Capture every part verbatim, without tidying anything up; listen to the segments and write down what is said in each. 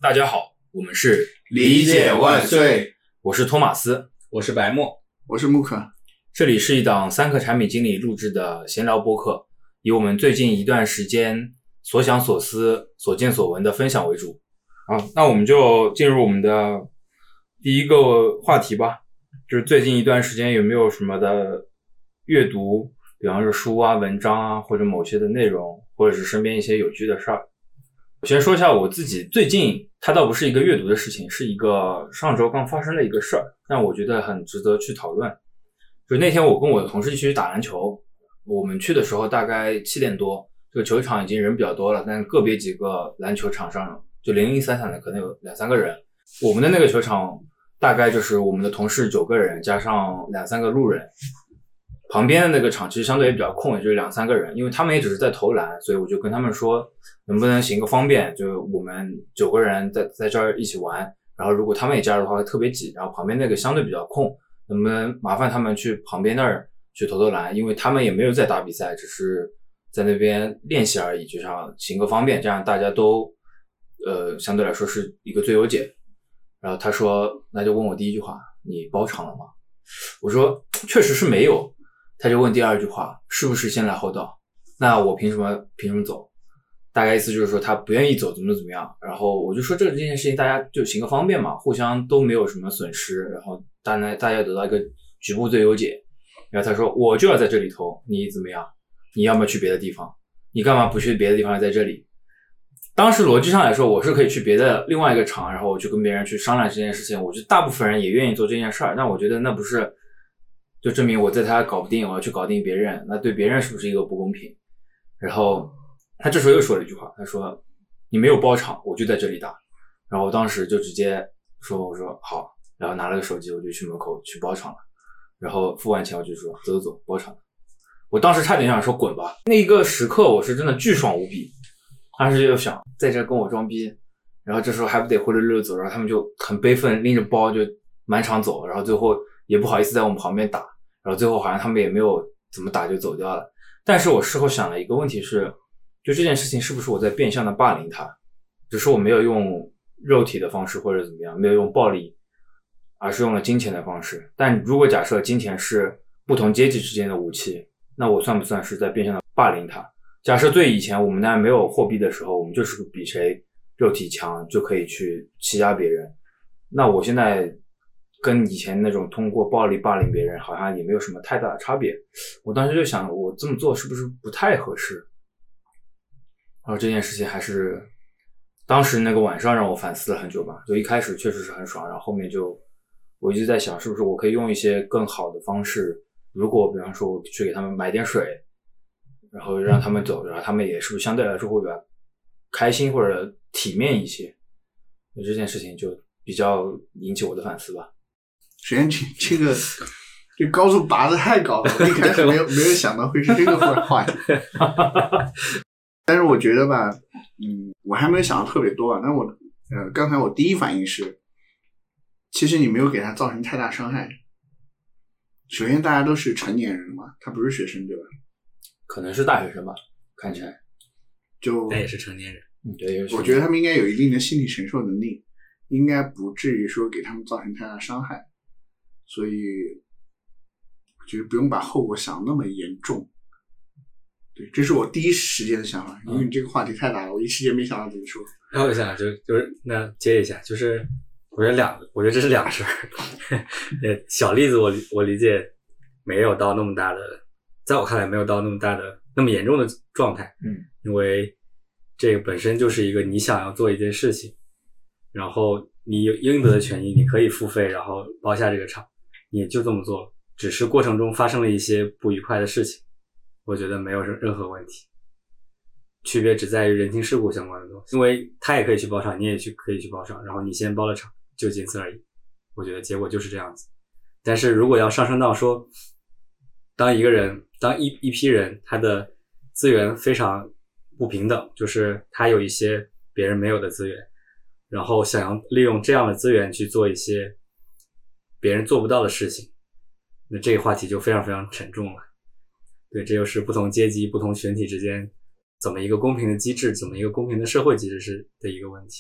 大家好，我们是理解万岁， 我是托马斯， 我是白墨， 我是穆克。 这里是一档三个产品经理录制的闲聊播客，以我们最近一段时间所想所思、所见所闻的分享为主。好，那我们就进入我们的第一个话题吧，就是最近一段时间有没有什么的阅读，比方说书啊、文章啊，或者某些的内容，或者是身边一些有趣的事儿。我先说一下我自己最近，它倒不是一个阅读的事情，是一个上周刚发生的一个事儿，但我觉得很值得去讨论。就是那天我跟我的同事一起去打篮球，我们去的时候大概七点多，这个球场已经人比较多了，但个别几个篮球场上就零零散散的可能有两三个人。我们的那个球场大概就是我们的同事九个人加上两三个路人，旁边的那个场其实相对也比较空，也就是两三个人，因为他们也只是在投篮，所以我就跟他们说能不能行个方便，就我们九个人在在这儿一起玩，然后如果他们也加入的话会特别挤，然后旁边那个相对比较空，能不能麻烦他们去旁边那儿去投投篮，因为他们也没有在打比赛，只是在那边练习而已，就想行个方便，这样大家都呃相对来说是一个最优解。然后他说那就问我第一句话，你包场了吗？我说确实是没有。他就问第二句话，是不是先来后到？那我凭什么凭什么走？大概意思就是说他不愿意走，怎么怎么样。然后我就说这这件事情大家就行个方便嘛，互相都没有什么损失，然后大家大家得到一个局部最优解。然后他说我就要在这里投，你怎么样？你要么去别的地方？你干嘛不去别的地方，在这里？当时逻辑上来说，我是可以去别的另外一个场，然后我去跟别人去商量这件事情。我觉得大部分人也愿意做这件事儿，但我觉得那不是就证明我在他搞不定，我要去搞定别人，那对别人是不是一个不公平？然后他这时候又说了一句话，他说你没有包场，我就在这里打。然后我当时就直接说我说好，然后拿了个手机我就去门口去包场了，然后付完钱我就说走走走包场了。我当时差点想说滚吧，那一个时刻我是真的巨爽无比，当时就想在这跟我装逼，然后这时候还不得灰溜溜走，然后他们就很悲愤拎着包就满场走，然后最后也不好意思在我们旁边打，然后最后好像他们也没有怎么打就走掉了。但是我事后想了一个问题是，就这件事情是不是我在变相的霸凌他，只是我没有用肉体的方式或者怎么样，没有用暴力，而是用了金钱的方式。但如果假设金钱是不同阶级之间的武器，那我算不算是在变相的霸凌他？假设最以前我们那没有货币的时候，我们就是比谁肉体强就可以去欺压别人，那我现在跟以前那种通过暴力霸凌别人好像也没有什么太大的差别。我当时就想我这么做是不是不太合适，然后这件事情还是当时那个晚上让我反思了很久吧。就一开始确实是很爽，然后后面就我一直在想是不是我可以用一些更好的方式，如果比方说我去给他们买点水，然后让他们走，然后他们也是不是相对来说会比较开心或者体面一些，这件事情就比较引起我的反思吧。 首先这个这高度拔得太高了，我一开始没有没有想到会是这个话题。但是我觉得吧，嗯，我还没有想到特别多啊。但我呃，刚才我第一反应是，其实你没有给他造成太大伤害。首先大家都是成年人嘛，他不是学生对吧？ 可能是大学生吧，看起来就那也是成年人。 嗯，对， 我觉得他们应该有一定的心理承受能力，应该不至于说给他们造成太大伤害。所以我觉得不用把后果想那么严重。对，这是我第一时间的想法，因为你这个话题太大了，我一时间没想到怎么说。 然后我想就就是那接一下，就是我觉得两，我觉得这是两个事儿。小例子我我理解没有到那么大的，在我看来没有到那么大的那么严重的状态。 嗯， 因为这个本身就是一个你想要做一件事情，然后你有应得的权益，你可以付费，然后包下这个场，你也就这么做了，只是过程中发生了一些不愉快的事情，我觉得没有任何问题，区别只在于人情世故相关的东西。因为他也可以去包场，你也去可以去包场，然后你先包了场，就仅此而已。我觉得结果就是这样子。但是如果要上升到说，当一个人，当一一批人，他的资源非常不平等，就是他有一些别人没有的资源，然后想要利用这样的资源去做一些别人做不到的事情，那这个话题就非常非常沉重了。对，这就是不同阶级、不同群体之间怎么一个公平的机制，怎么一个公平的社会机制是的一个问题。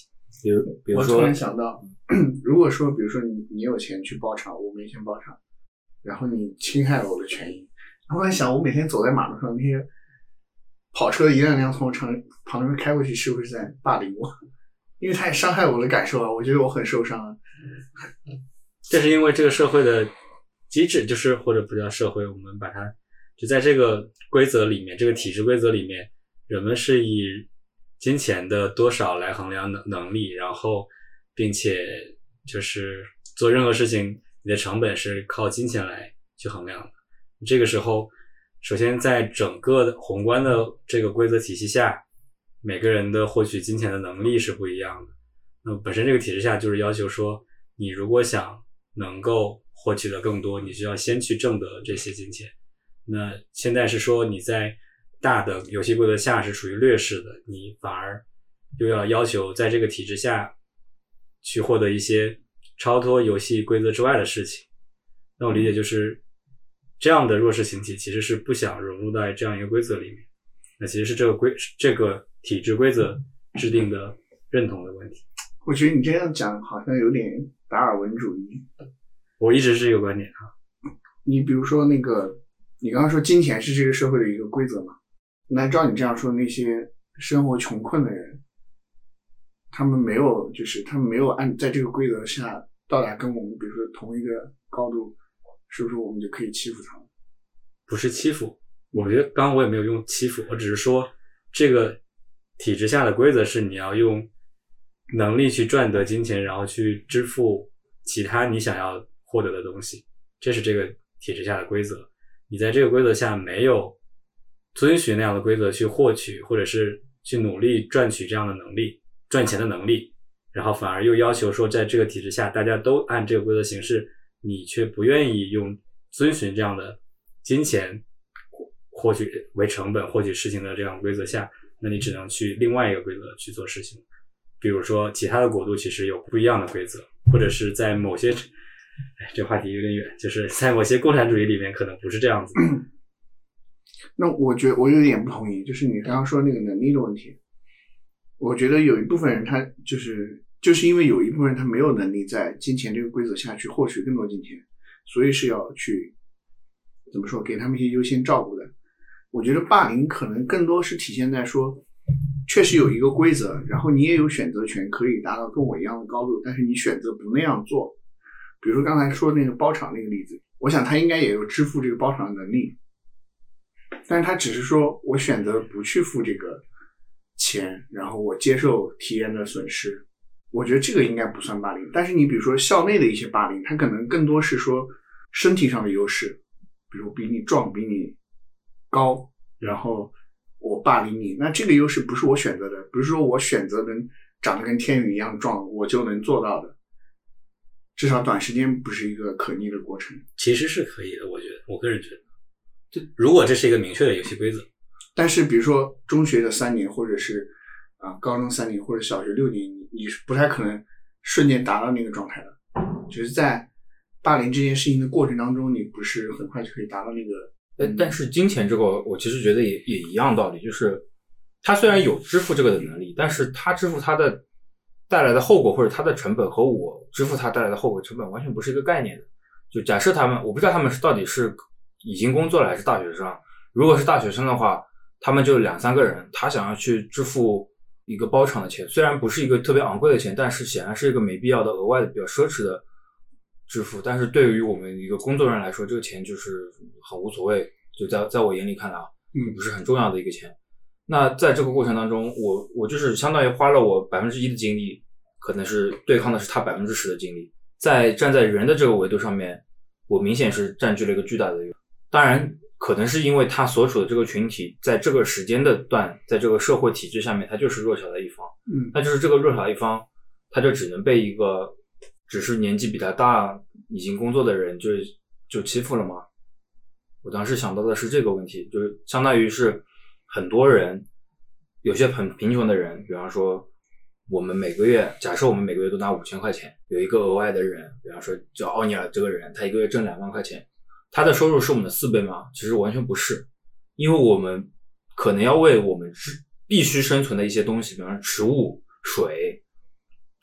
比如比如说， 我突然想到，如果说比如说你你有钱去包场，我没钱包场，然后你侵害了我的权益，然后我在想，我每天走在马路上，那些跑车一辆辆从我旁旁边开过去，是不是在霸凌我？因为他也伤害我的感受啊，我觉得我很受伤啊。 这是因为这个社会的机制，就是或者不叫社会，我们把它就在这个规则里面，这个体制规则里面，人们是以金钱的多少来衡量能能力，然后并且就是做任何事情，你的成本是靠金钱来去衡量的。这个时候，首先在整个的宏观的这个规则体系下，每个人的获取金钱的能力是不一样的。那么本身这个体制下就是要求说，你如果想能够获取的更多，你需要先去挣得这些金钱。那现在是说你在大的游戏规则下是处于劣势的，你反而又要要求在这个体制下去获得一些超脱游戏规则之外的事情。那我理解就是这样的弱势群体其实是不想融入到这样一个规则里面，那其实是这个规这个体制规则制定的认同的问题。 我觉得你这样讲好像有点达尔文主义。 我一直是这个观点啊。 你比如说那个，你刚刚说金钱是这个社会的一个规则嘛？那照你这样说，那些生活穷困的人，他们没有，就是他们没有按在这个规则下到达跟我们比如说同一个高度，是不是我们就可以欺负他们？ 不是欺负，我觉得刚刚我也没有用欺负，我只是说这个体制下的规则是你要用能力去赚得金钱，然后去支付其他你想要获得的东西，这是这个体制下的规则。你在这个规则下没有遵循那样的规则去获取，或者是去努力赚取这样的能力，赚钱的能力，然后反而又要求说在这个体制下大家都按这个规则行事，你却不愿意用遵循这样的金钱获取为成本获取事情的这样规则下，那你只能去另外一个规则去做事情。比如说其他的国度其实有不一样的规则，或者是在某些哎，这话题有点远，就是在某些共产主义里面可能不是这样子的。 那我觉得我有点不同意，就是你刚刚说那个能力的问题，我觉得有一部分人他就是就是因为有一部分人他没有能力在金钱这个规则下去获取更多金钱，所以是要去怎么说给他们一些优先照顾的。我觉得霸凌可能更多是体现在说确实有一个规则，然后你也有选择权，可以达到跟我一样的高度，但是你选择不那样做。比如说刚才说那个包场那个例子，我想他应该也有支付这个包场的能力，但是他只是说我选择不去付这个钱，然后我接受体验的损失。我觉得这个应该不算霸凌。但是你比如说校内的一些霸凌，它可能更多是说身体上的优势，比如比你壮比你高，然后我霸凌你，那这个优势不是我选择的，不是说我选择能长得跟天宇一样壮我就能做到的，至少短时间不是一个可逆的过程。 其实是可以的，我觉得，我个人觉得，就如果这是一个明确的游戏规则。 但是比如说中学的三年，或者是啊、呃、高中三年，或者小学六年，你你是不太可能瞬间达到那个状态的。就是在霸凌这件事情的过程当中，你不是很快就可以达到那个。 但但是金钱这个，我其实觉得也也一样道理，就是他虽然有支付这个的能力，但是他支付他的带来的后果或者他的成本和我支付他带来的后果成本完全不是一个概念的。就假设他们，我不知道他们是到底是已经工作了还是大学生，如果是大学生的话，他们就两三个人，他想要去支付一个包场的钱，虽然不是一个特别昂贵的钱，但是显然是一个没必要的额外的比较奢侈的支付。但是对于我们一个工作人来说，这个钱就是很无所谓，就在在我眼里看来啊， 嗯， 不是很重要的一个钱。那在这个过程当中，我我就是相当于花了我百分之一的精力，可能是对抗的是他百分之十的精力。在站在人的这个维度上面，我明显是占据了一个巨大的优势。当然，可能是因为他所处的这个群体，在这个时间的段，在这个社会体制下面，他就是弱小的一方。 嗯， 那就是这个弱小的一方，他就只能被一个只是年纪比他大、已经工作的人就就欺负了吗？我当时想到的是这个问题，就是相当于是很多人，有些很贫穷的人，比方说我们每个月，假设我们每个月都拿五千块钱，有一个额外的人，比方说叫奥尼尔这个人，他一个月挣两万块钱，他的收入是我们的四倍吗？其实完全不是，因为我们可能要为我们必须生存的一些东西，比方说食物、水，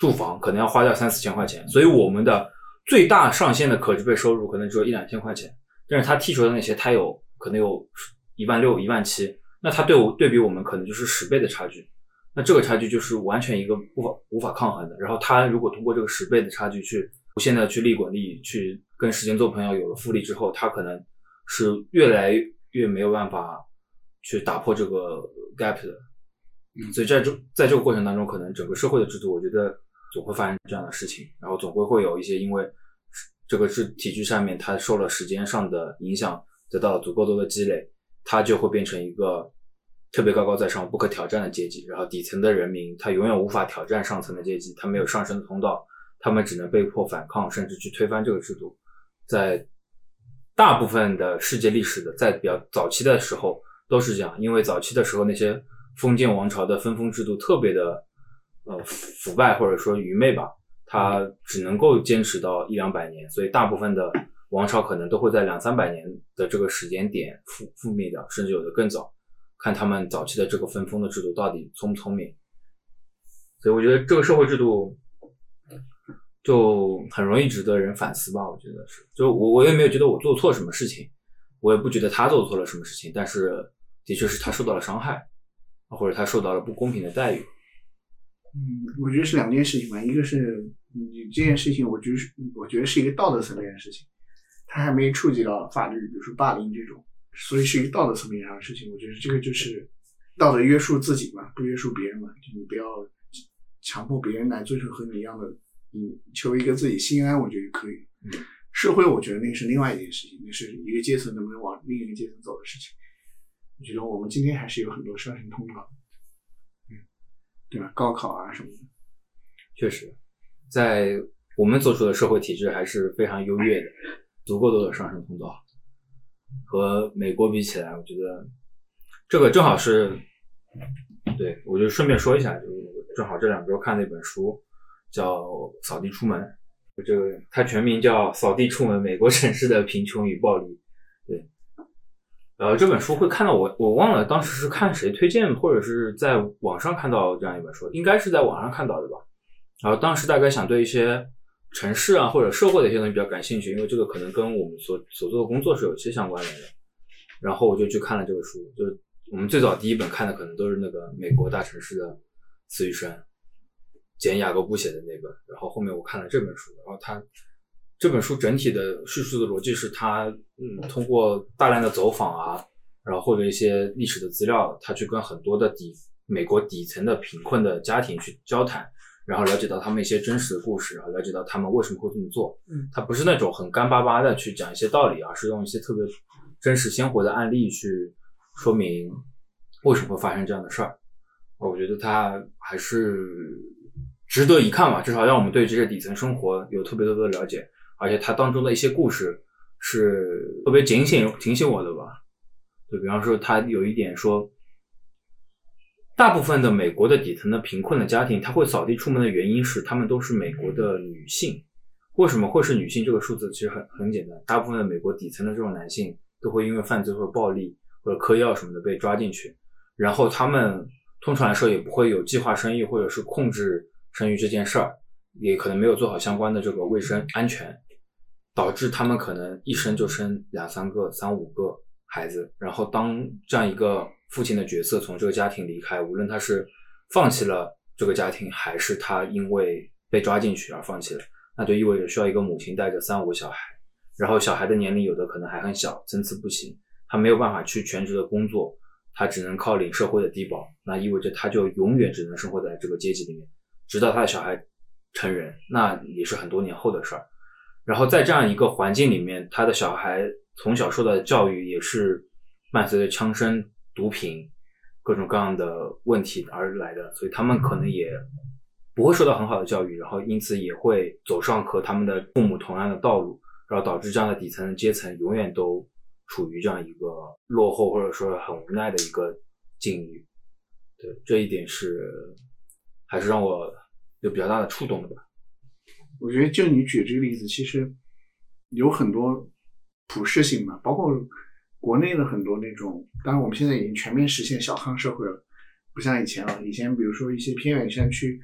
住房可能要花掉三四千块钱，所以我们的最大上限的可支配收入可能只有一两千块钱，但是他踢球的那些他有可能有一万六、一万七，那他对我对比我们可能就是十倍的差距，那这个差距就是完全一个无法无法抗衡的。然后他如果通过这个十倍的差距去无限的去利滚利，去跟时间做朋友，有了复利之后，他可能是越来越没有办法去打破这个 gap 的。嗯，所以在这在这个过程当中，可能整个社会的制度，我觉得总会发生这样的事情，然后总会会有一些因为这个制体制上面它受了时间上的影响，得到了足够多的积累，它就会变成一个特别高高在上、不可挑战的阶级。然后底层的人民，他永远无法挑战上层的阶级，他没有上升的通道，他们只能被迫反抗，甚至去推翻这个制度。在大部分的世界历史的，在比较早期的时候都是这样，因为早期的时候那些封建王朝的分封制度特别的呃腐败或者说愚昧吧，它只能够坚持到一两百年，所以大部分的王朝可能都会在两三百年的这个时间点覆覆灭掉，甚至有的更早，看他们早期的这个分封的制度到底聪不聪明。所以我觉得这个社会制度就很容易值得人反思吧，我觉得是，就我我也没有觉得我做错什么事情，我也不觉得他做错了什么事情，但是的确是他受到了伤害，或者他受到了不公平的待遇。 嗯，我觉得是两件事情吧，一个是你这件事情，我觉得是我觉得是一个道德层面的事情，它还没触及到法律，比如说霸凌这种，所以是一个道德层面上的事情。我觉得这个就是道德约束自己嘛，不约束别人嘛，就你不要强迫别人来遵守和你一样的，你求一个自己心安，我觉得可以。 嗯， 社会我觉得那是另外一件事情，那是一个阶层能不能往另一个阶层走的事情。我觉得我们今天还是有很多上升通道的，嗯，对吧？高考啊什么的， 确实，在我们所处的社会体制还是非常优越的，足够多的上升通道。和美国比起来，我觉得这个正好是，对，我就顺便说一下，就是正好这两周看了一本书，叫《扫地出门》，这个它全名叫《扫地出门：美国城市的贫穷与暴力》。对，呃，这本书会看到我，我忘了当时是看谁推荐，或者是在网上看到这样一本书，应该是在网上看到的吧。然后当时大概想对一些城市啊或者社会的一些东西比较感兴趣，因为这个可能跟我们所所做的工作是有些相关联的。然后我就去看了这个书，就是我们最早第一本看的可能都是那个美国大城市的词语生，简雅各布写的那本。然后后面我看了这本书，然后他这本书整体的叙述的逻辑是他嗯通过大量的走访啊，然后或者一些历史的资料，他去跟很多的底美国底层的贫困的家庭去交谈，然后了解到他们一些真实的故事，然后了解到他们为什么会这么做。嗯，他不是那种很干巴巴的去讲一些道理啊，是用一些特别真实鲜活的案例去说明为什么会发生这样的事儿。我觉得他还是值得一看吧，至少让我们对这些底层生活有特别多的了解，而且它当中的一些故事是特别警醒提醒我的吧。就比方说他有一点说，大部分的美国的底层的贫困的家庭，他会扫地出门的原因是他们都是美国的女性。为什么会是女性？这个数字其实很很简单，大部分的美国底层的这种男性都会因为犯罪或者暴力或者嗑药什么的被抓进去，然后他们通常来说也不会有计划生育或者是控制生育这件事儿，也可能没有做好相关的这个卫生安全，导致他们可能一生就生两三个三五个孩子。然后当这样一个父亲的角色从这个家庭离开，无论他是放弃了这个家庭还是他因为被抓进去而放弃了，那就意味着需要一个母亲带着三五个小孩，然后小孩的年龄有的可能还很小，参差不齐，他没有办法去全职的工作，他只能靠领社会的低保，那意味着他就永远只能生活在这个阶级里面，直到他的小孩成人，那也是很多年后的事儿。然后在这样一个环境里面，他的小孩从小受到的教育也是伴随着枪声、毒品各种各样的问题而来的，所以他们可能也不会受到很好的教育，然后因此也会走上和他们的父母同样的道路，然后导致这样的底层阶层永远都处于这样一个落后或者说很无奈的一个境遇。对，这一点是还是让我有比较大的触动的吧。 我觉得就你举这个例子，其实有很多普适性嘛，包括国内的很多那种，当然我们现在已经全面实现小康社会了，不像以前了。以前比如说一些偏远山区，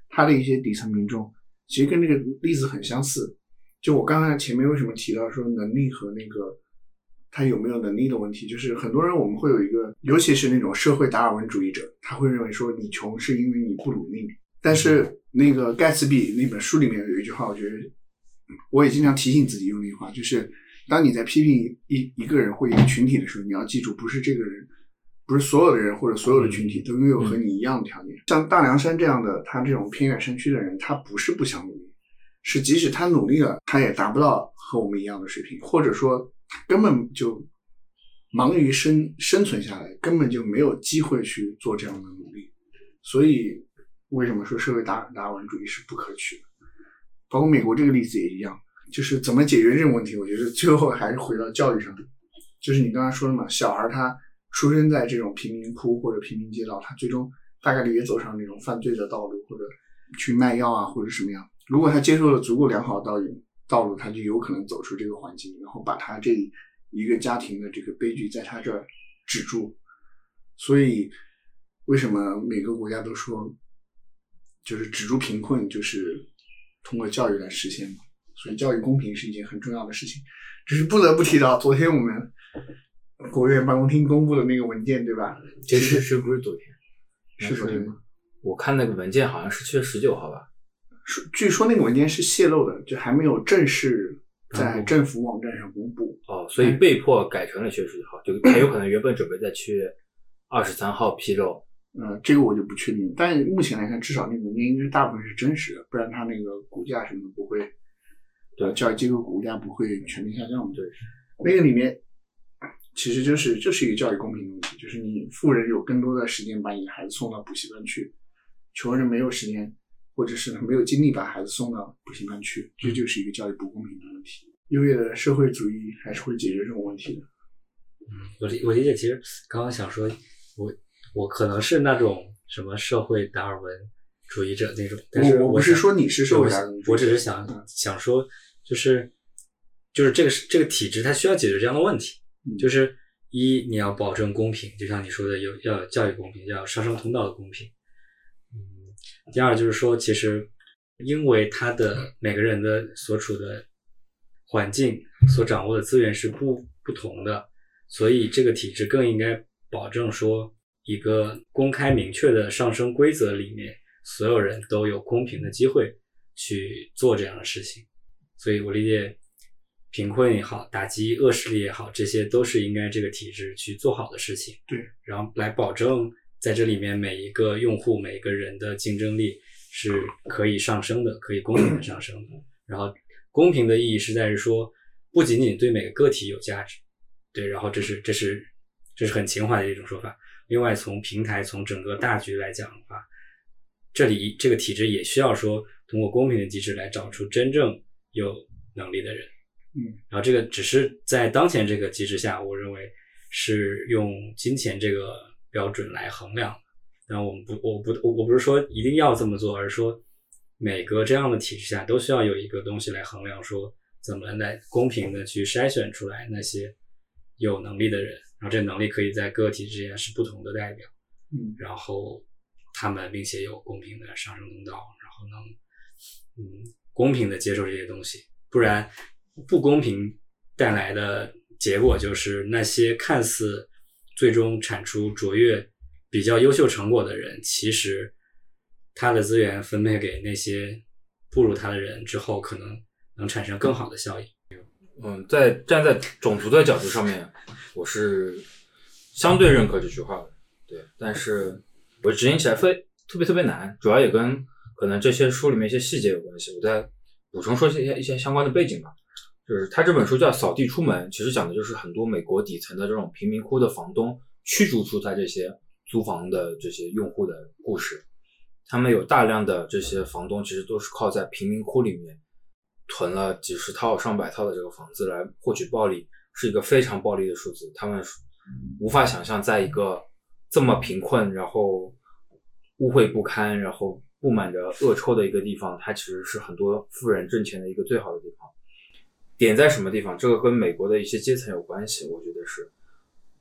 他的一些底层民众，其实跟这个例子很相似。就我刚才前面为什么提到说能力和那个他有没有能力的问题，就是很多人我们会有一个，尤其是那种社会达尔文主义者，他会认为说你穷是因为你不努力。但是那个盖茨比那本书里面有一句话，我觉得我也经常提醒自己用那句话，就是当你在批评一一个人或一个群体的时候，你要记住，不是这个人，不是所有的人或者所有的群体都拥有和你一样的条件。像大凉山这样的，他这种偏远山区的人，他不是不想努力，是即使他努力了，他也达不到和我们一样的水平，或者说根本就忙于生生存下来，根本就没有机会去做这样的努力。所以为什么说社会达达尔文主义是不可取的？包括美国这个例子也一样，就是怎么解决这种问题，我觉得最后还是回到教育上。就是你刚才说的嘛，小孩他出生在这种贫民窟或者贫民街道，他最终大概率也走上那种犯罪的道路，或者去卖药啊，或者什么样。如果他接受了足够良好的道路，道路他就有可能走出这个环境，然后把他这一个家庭的这个悲剧在他这儿止住。所以为什么每个国家都说就是止住贫困就是通过教育来实现嘛？所以教育公平是一件很重要的事情。只是不得不提到昨天我们国务院办公厅公布的那个文件，对吧？ 这是是不是昨天？ 是昨天吗？ 我看那个文件好像是七月十九号吧。 据说那个文件是泄露的，就还没有正式在政府网站上公布。 哦，所以被迫改成了七月十九号，就还有可能原本准备在七月二十三号披露。 呃，这个我就不确定，但目前来看，至少那个文件应该大部分是真实的，不然它那个股价什么不会，对，教育机构股价不会全面下降的。 对， 那个里面其实就是就是一个教育公平的问题，就是你富人有更多的时间把你的孩子送到补习班去，穷人没有时间或者是没有精力把孩子送到补习班去，这就是一个教育不公平的问题。优越的社会主义还是会解决这种问题的。 嗯，我理我理解，其实刚刚想说，我我可能是那种什么社会达尔文主义者那种，但是我, 我不是说你是社会达尔文主义者， 我只是想、嗯、想说，就是就是这个这个体制它需要解决这样的问题，嗯、就是一你要保证公平，就像你说的有要有教育公平，要有上升通道的公平。嗯，第二就是说，其实因为他的每个人的所处的环境所掌握的资源是不不同的，所以这个体制更应该保证说一个公开明确的上升规则里面，所有人都有公平的机会去做这样的事情。所以我理解贫困也好，打击恶势力也好，这些都是应该这个体制去做好的事情。 对， 然后来保证在这里面每一个用户每一个人的竞争力是可以上升的，可以公平的上升的。然后公平的意义是在于说，不仅仅对每个个体有价值，对，然后这是这是这是很情怀的一种说法。另外，从平台从整个大局来讲的话，这里这个体制也需要说通过公平的机制来找出真正有能力的人。 嗯， 然后这个只是在当前这个机制下，我认为是用金钱这个标准来衡量的。但我们不，我不，我不是说一定要这么做，而是说每个这样的体制下都需要有一个东西来衡量，说怎么来公平的去筛选出来那些有能力的人，然后这能力可以在各个体制之间是不同的代表， 嗯， 然后他们并且有公平的上升通道，然后能嗯公平的接受这些东西，不然不公平带来的结果就是那些看似最终产出卓越比较优秀成果的人，其实他的资源分配给那些不如他的人之后，可能能产生更好的效益。 嗯，在站在种族的角度上面，我是相对认可这句话的，对，但是我执行起来非特别特别难，主要也跟可能这些书里面一些细节有关系。我再补充说一些一些相关的背景吧。就是他这本书叫《扫地出门》，其实讲的就是很多美国底层的这种贫民窟的房东驱逐出他这些租房的这些用户的故事。他们有大量的这些房东其实都是靠在贫民窟里面囤了几十套上百套的这个房子来获取暴利，是一个非常暴利的数字。他们无法想象在一个这么贫困然后污秽不堪然后布满着恶臭的一个地方，它其实是很多富人挣钱的一个最好的地方。点在什么地方？这个跟美国的一些阶层有关系，我觉得是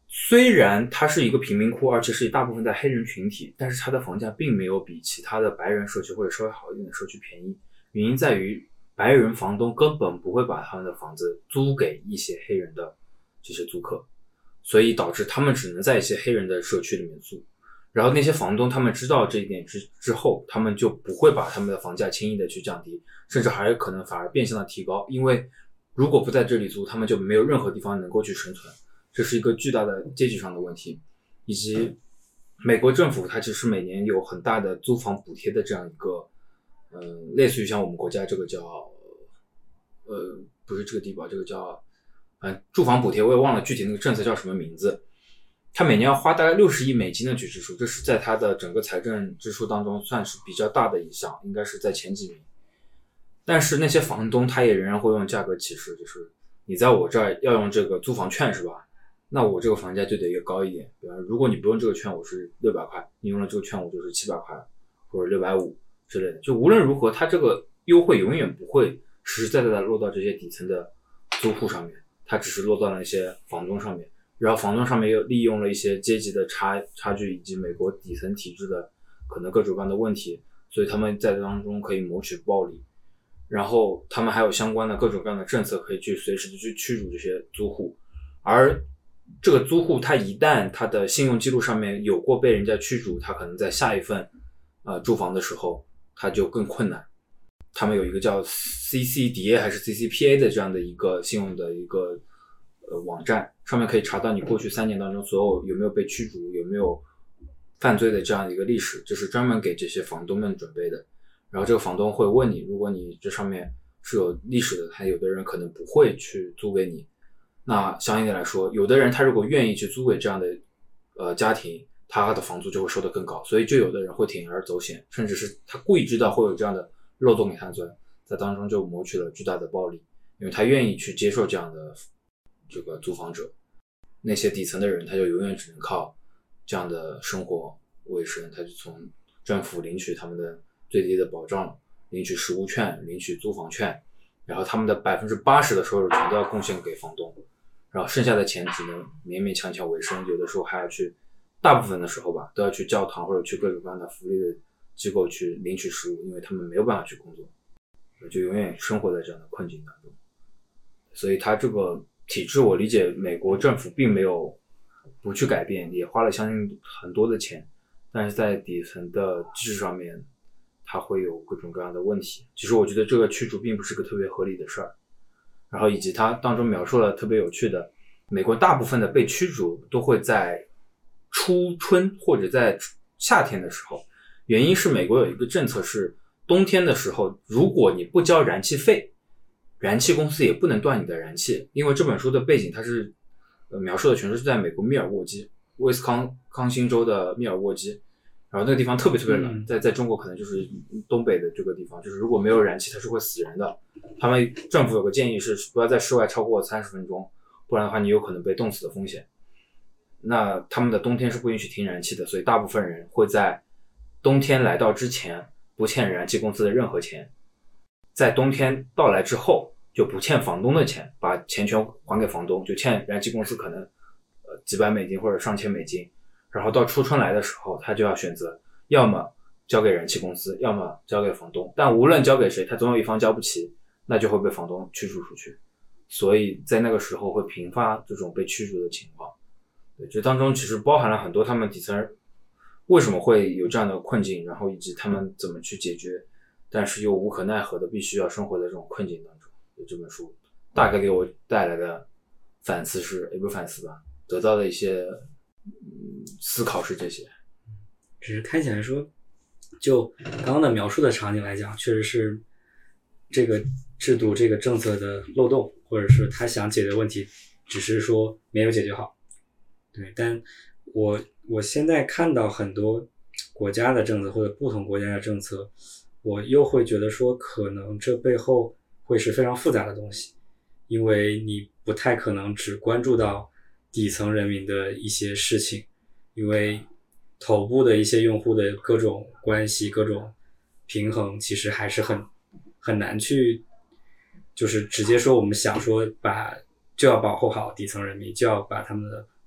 虽然它是一个贫民窟，而且是大部分在黑人群体，但是它的房价并没有比其他的白人社区或者稍微好一点的社区便宜。原因在于白人房东根本不会把他们的房子租给一些黑人的这些租客，所以导致他们只能在一些黑人的社区里面租。然后那些房东他们知道这一点之之后，他们就不会把他们的房价轻易的去降低，甚至还有可能反而变相的提高，因为如果不在这里租，他们就没有任何地方能够去生存。这是一个巨大的阶级上的问题，以及美国政府它其实每年有很大的租房补贴的这样一个嗯、呃，类似于像我们国家这个叫呃不是这个低保，这个叫嗯、呃、住房补贴，我也忘了具体那个政策叫什么名字。他每年要花大概六十亿美金的去支出，这是在他的整个财政支出当中算是比较大的一项，应该是在前几名。但是那些房东他也仍然会用价格歧视，就是你在我这儿要用这个租房券是吧？那我这个房价就得越高一点。比方如果你不用这个券我是六百块，你用了这个券我就是七百块或者六百五之类的。就无论如何，它这个优惠永远不会实实在在的落到这些底层的租户上面，它只是落到了那些房东上面。然后房东上面又利用了一些阶级的差差距以及美国底层体制的可能各种各样的问题，所以他们在当中可以谋取暴利。然后他们还有相关的各种各样的政策可以去随时的去驱逐这些租户，而这个租户他一旦他的信用记录上面有过被人家驱逐，他可能在下一份呃住房的时候他就更困难。他们有一个叫 C C D A 还是 C C P A 的这样的一个信用的一个呃网站，上面可以查到你过去三年当中所有有没有被驱逐，有没有犯罪的这样一个历史，这是专门给这些房东们准备的。然后这个房东会问你，如果你这上面是有历史的，他有的人可能不会去租给你。那相应的来说，有的人他如果愿意去租给这样的呃家庭，他的房租就会收得更高，所以就有的人会铤而走险，甚至是他故意知道会有这样的漏洞给他钻，在当中就谋取了巨大的暴利，因为他愿意去接受这样的这个租房者。那些底层的人他就永远只能靠这样的生活为生，他就从政府领取他们的最低的保障，领取食物券，领取租房券，然后他们的 百分之八十 的收入全都要贡献给房东，然后剩下的钱只能勉勉强强维生，有的时候还要去，大部分的时候吧，都要去教堂或者去各种各样的福利的机构去领取食物，因为他们没有办法去工作，就永远生活在这样的困境当中。所以他这个体制我理解美国政府并没有不去改变，也花了相应很多的钱，但是在底层的机制上面它会有各种各样的问题。其实我觉得这个驱逐并不是个特别合理的事儿，然后以及它当中描述了特别有趣的，美国大部分的被驱逐都会在初春或者在夏天的时候，原因是美国有一个政策是冬天的时候如果你不交燃气费，燃气公司也不能断你的燃气。因为这本书的背景它是、呃、描述的全是在美国密尔沃基威斯康康辛州的密尔沃基，然后那个地方特别特别冷，在在中国可能就是东北的这个地方，就是如果没有燃气它是会死人的。他们政府有个建议是不要在室外超过三十分钟，不然的话你有可能被冻死的风险。那他们的冬天是不允许停燃气的，所以大部分人会在冬天来到之前不欠燃气公司的任何钱，在冬天到来之后就不欠房东的钱，把钱全还给房东，就欠燃气公司可能呃几百美金或者上千美金，然后到初春来的时候他就要选择要么交给燃气公司，要么交给房东，但无论交给谁他总有一方交不齐，那就会被房东驱逐出去。所以在那个时候会频发这种被驱逐的情况。对，这当中其实包含了很多他们底层人为什么会有这样的困境，然后以及他们怎么去解决，但是又无可奈何的必须要生活在这种困境当中。这本书大概给我带来的反思是，也不是反思吧，得到的一些、嗯、思考是这些。 只是看起来说，就刚刚的描述的场景来讲，确实是这个制度这个政策的漏洞，或者是他想解决问题只是说没有解决好。对，但我我现在看到很多国家的政策或者不同国家的政策，我又会觉得说可能这背后会是非常复杂的东西，因为你不太可能只关注到底层人民的一些事情，因为头部的一些用户的各种关系各种平衡其实还是很很难去就是直接说我们想说把就要保护好底层人民，就要把他们的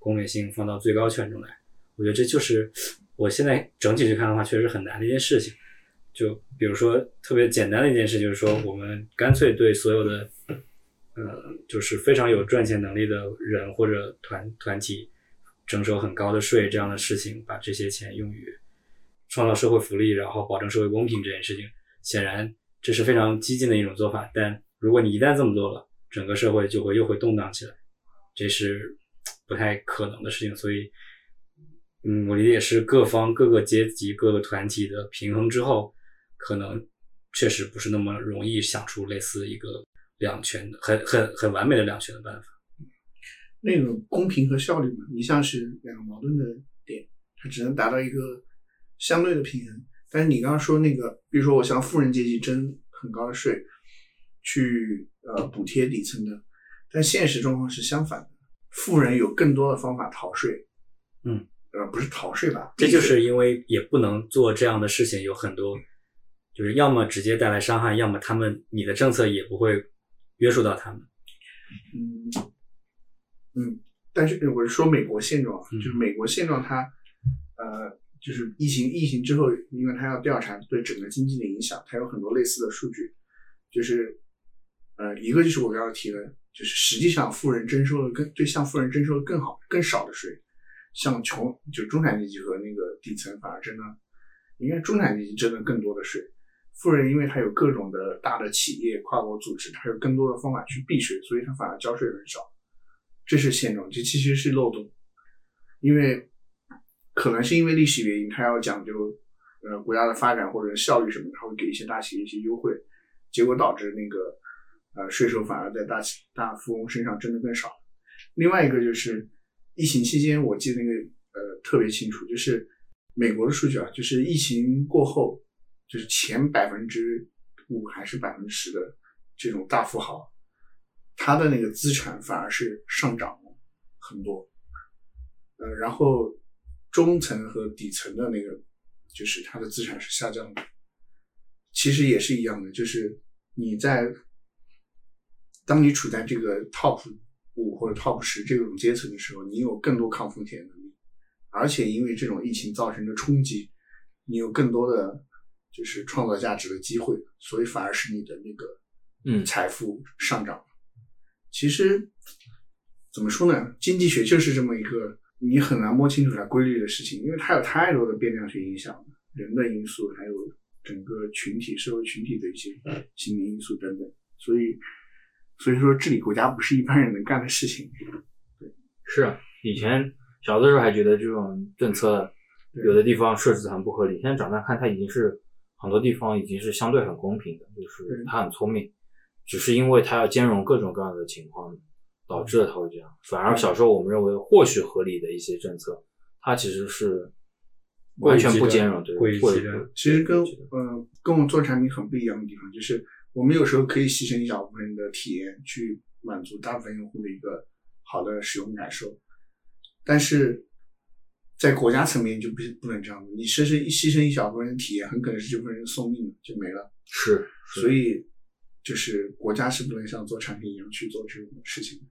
公平性放到最高权重来。我觉得这就是我现在整体去看的话，确实很难的一件事情。就比如说特别简单的一件事，就是说我们干脆对所有的呃，就是非常有赚钱能力的人或者团团体征收很高的税，这样的事情，把这些钱用于创造社会福利，然后保证社会公平这件事情，显然这是非常激进的一种做法。但如果你一旦这么做了，整个社会就会又会动荡起来，这是不太可能的事情。所以嗯，我理解是各方各个阶级各个团体的平衡之后，可能确实不是那么容易想出类似一个两全的很很很完美的两全的办法。 那种公平和效率嘛，一向是两个矛盾的点，它只能达到一个相对的平衡。但是你刚刚说那个，比如说我向富人阶级征很高的税，去呃补贴底层的，但现实状况是相反的，富人有更多的方法逃税。 嗯， 呃，不是逃税吧？ 这就是因为也不能做这样的事情，有很多就是要么直接带来伤害，要么他们你的政策也不会约束到他们。 嗯嗯，但是我是说美国现状， 嗯、 就是美国现状它呃，就是疫情疫情之后，因为它要调查对整个经济的影响，它有很多类似的数据，就是呃，一个就是我刚刚提的，就是实际上富人征收了更对向富人征收了更好更少的税，像穷就中产阶级和那个底层反而征了，应该中产阶级征了更多的税。富人因为他有各种的大的企业、跨国组织，他有更多的方法去避税，所以他反而交税很少。这是现状，这其实是漏洞，因为可能是因为历史原因，他要讲究呃国家的发展或者效率什么，他会给一些大企业一些优惠，结果导致那个呃税收反而在大企大富翁身上征的更少。另外一个就是疫情期间，我记得那个呃特别清楚，就是美国的数据啊，就是疫情过后，就是前百分之五还是百分之十的这种大富豪，他的那个资产反而是上涨了很多，呃，然后中层和底层的那个，就是他的资产是下降的。其实也是一样的，就是你在当你处在这个 top 五或者 top 十这种阶层的时候，你有更多抗风险能力，而且因为这种疫情造成的冲击，你有更多的就是创造价值的机会，所以反而是你的那个嗯财富上涨。其实怎么说呢，经济学就是这么一个你很难摸清楚它规律的事情，因为它有太多的变量去影响人的因素，还有整个群体社会群体的一些心理因素等等，所以所以说治理国家不是一般人能干的事情。对， 是啊，以前小的时候还觉得这种政策有的地方设置很不合理，现在长大看它已经是很多地方已经是相对很公平的，就是它很聪明，只是因为它要兼容各种各样的情况导致了它会这样。反而小时候我们认为或许合理的一些政策，它其实是完全不兼容，对， 过于极端。 其实跟呃跟我们做产品很不一样的地方，就是我们有时候可以牺牲一小部分人的体验去满足大部分用户的一个好的使用感受，但是在国家层面就不不能这样，你牺牲牺牲一小部分人的体验，很可能是这部分人送命就没了。 是， 所以就是国家是不能像做产品一样去做这种事情的。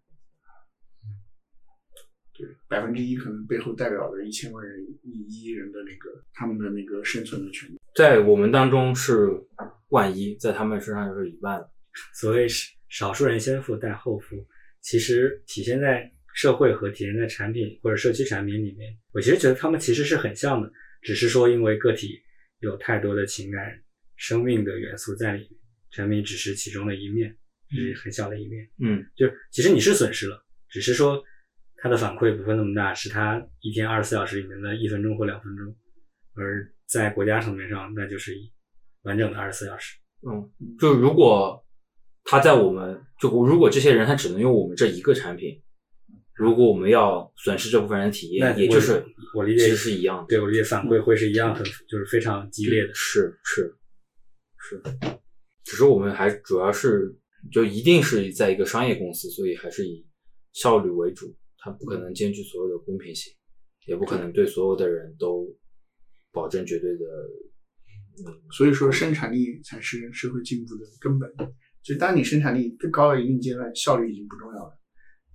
对，百分之一可能背后代表了一千万人、一亿人的那个他们的那个生存的权利， 在我们当中是万一，在他们身上就是一万。 所谓少数人先富带后富，其实体现在社会和体现在产品或者社区产品里面，我其实觉得他们其实是很像的，只是说因为个体有太多的情感、生命的元素在里面，产品只是其中的一面，只是很小的一面。 嗯， 就其实你是损失了，只是说它的反馈不会那么大，是它一天二十四小时里面的一分钟或两分钟，而在国家层面上，那就是完整的二十四小时。 嗯，就如果他在我们就如果这些人他只能用我们这一个产品，如果我们要损失这部分人的体验，也就是我理解其实是一样的。 对，我理解反馈会是一样，很就是非常激烈的。 是是是，只是我们还主要是就一定是在一个商业公司，所以还是以效率为主，它不可能兼具所有的公平性，也不可能对所有的人都保证绝对的。 嗯，所以说生产力才是社会进步的根本。就当你生产力更高了一定阶段，效率已经不重要了。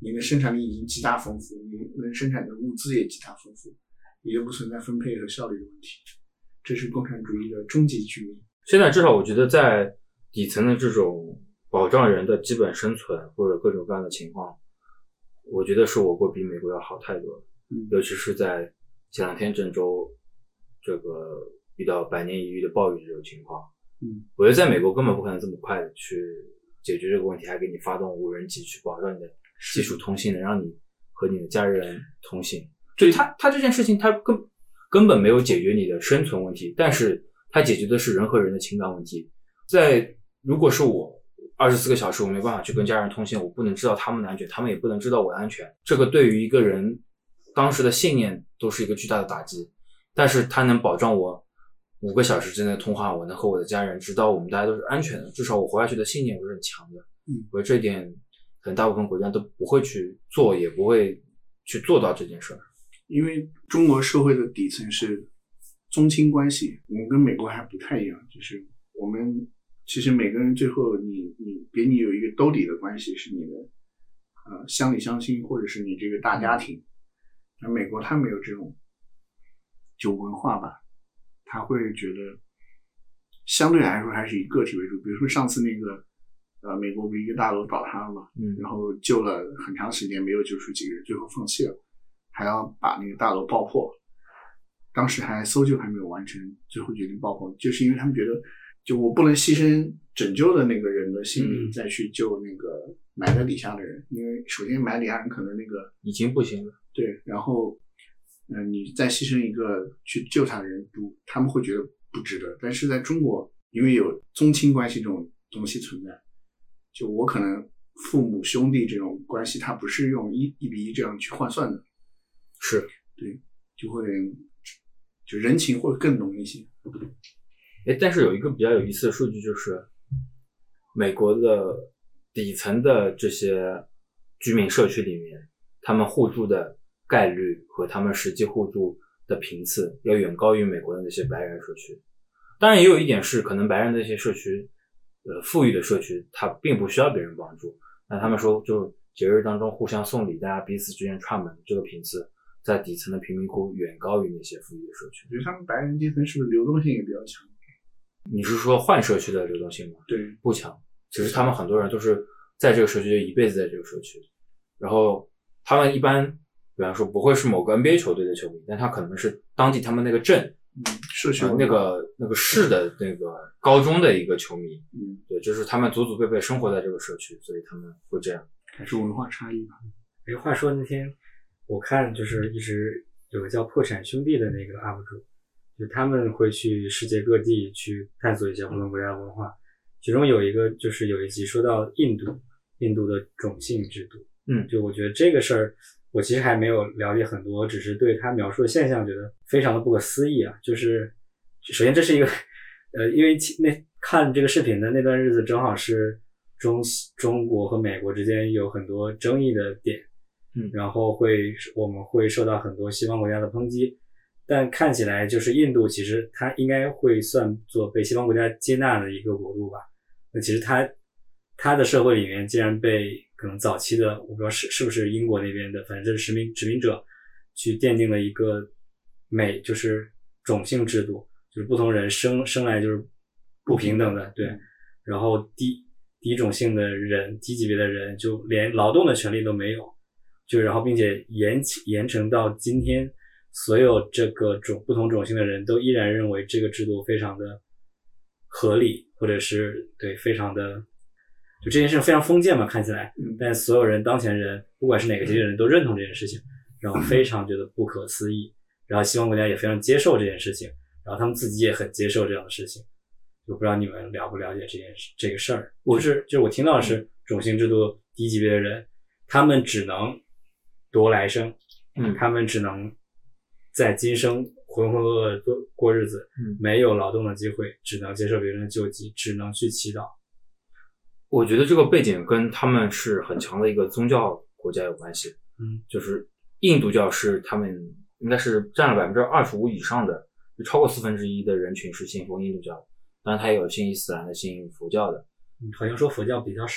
你的生产力已经极大丰富，你能生产的物资也极大丰富，也不存在分配和效率的问题。这是共产主义的终极局面。 现在至少我觉得在底层的这种保障人的基本生存或者各种各样的情况，我觉得是我国比美国要好太多了。 嗯， 尤其是在前两天郑州这个遇到百年一遇的暴雨这种情况， 嗯， 我觉得在美国根本不可能这么快的去解决这个问题，还给你发动无人机去保障你的基础通信，能让你和你的家人通信。所以他他这件事情他根根本没有解决你的生存问题，但是他解决的是人和人的情感问题。在如果是我二十四个小时我没办法去跟家人通信，我不能知道他们的安全，他们也不能知道我的安全，这个对于一个人当时的信念都是一个巨大的打击。但是他能保障我五个小时之内的通话，我能和我的家人知道我们大家都是安全的，至少我活下去的信念是很强的。 嗯， 我觉得这一点可能大部分国家都不会去做，也不会去做到这件事儿。 因为中国社会的底层是宗亲关系，我们跟美国还不太一样，就是我们其实每个人最后你你给你有一个兜底的关系，是你的呃乡里乡亲或者是你这个大家庭。而美国它没有这种酒文化吧，他会觉得相对来说还是以个体为主。比如说上次那个呃美国不是一个大楼倒塌了嘛， 嗯， 然后救了很长时间没有救出几个人，最后放弃了，还要把那个大楼爆破，当时还搜救还没有完成，最后决定爆破，就是因为他们觉得就我不能牺牲拯救的那个人的性命， 嗯， 再去救那个埋在底下的人，因为首先埋底下人可能那个已经不行了， 对，然后嗯、呃，你再牺牲一个去救他的人，不，他们会觉得不值得。但是在中国，因为有宗亲关系这种东西存在，就我可能父母兄弟这种关系，它不是用一一比一这样去换算的， 是对，就会就人情会更浓一些。 哎，但是有一个比较有意思的数据，就是美国的底层的这些居民社区里面，他们互助的概率和他们实际互助的频次要远高于美国的那些白人社区。当然也有一点是，可能白人的那些社区呃，富裕的社区他并不需要别人帮助，那他们说就节日当中互相送礼，大家彼此之间串门，这个频次在底层的贫民窟远高于那些富裕的社区。 我觉得他们白人阶层是不是流动性也比较强？ 你是说换社区的流动性吗？ 对， 不强，其实他们很多人都是在这个社区就一辈子在这个社区，然后他们一般比方说不会是某个 N B A 球队的球迷，但他可能是当地他们那个镇嗯，社区、 呃、那个那个市的那个高中的一个球迷， 嗯， 对，就是他们祖祖辈辈生活在这个社区，所以他们会这样。 还是文化差异吧。 哎，话说那天我看就是一直有个叫破产兄弟的那个 U P 主，就他们会去世界各地去探索一些不同国家的文化，其中有一个就是有一集说到印度，印度的种姓制度， 嗯， 就我觉得这个事儿我其实还没有了解很多，只是对他描述的现象觉得非常的不可思议啊。就是首先这是一个呃，因为那看这个视频的那段日子正好是中中国和美国之间有很多争议的点， 嗯， 然后会我们会受到很多西方国家的抨击，但看起来就是印度其实它应该会算作被西方国家接纳的一个国度吧。那其实它它的社会里面竟然被可能早期的我不知道是是不是英国那边的，反正这是殖民殖民者去奠定了一个美就是种姓制度，就是不同人生生来就是不平等的，对，然后低低种姓的人低级别的人就连劳动的权利都没有，就然后并且延延承到今天，所有这个种不同种姓的人都依然认为这个制度非常的合理，或者是对非常的就这件事非常封建嘛，看起来，但所有人当前人不管是哪个阶级的人都认同这件事情，然后非常觉得不可思议，然后西方国家也非常接受这件事情，然后他们自己也很接受这样的事情。我不知道你们了不了解这件事这个事儿。我是就是我听到的是种姓制度低级别的人，他们只能夺来生， 嗯， 他们只能在今生浑浑噩噩过过日子， 嗯， 没有劳动的机会，只能接受别人的救济，只能去祈祷。 我觉得这个背景跟他们是很强的一个宗教国家有关系， 嗯， 就是印度教是他们应该是占了百分之二十五以上的，就超过四分之一的人群是信奉印度教的，当然它也有信伊斯兰的、信佛教的。 好像说佛教比较少了。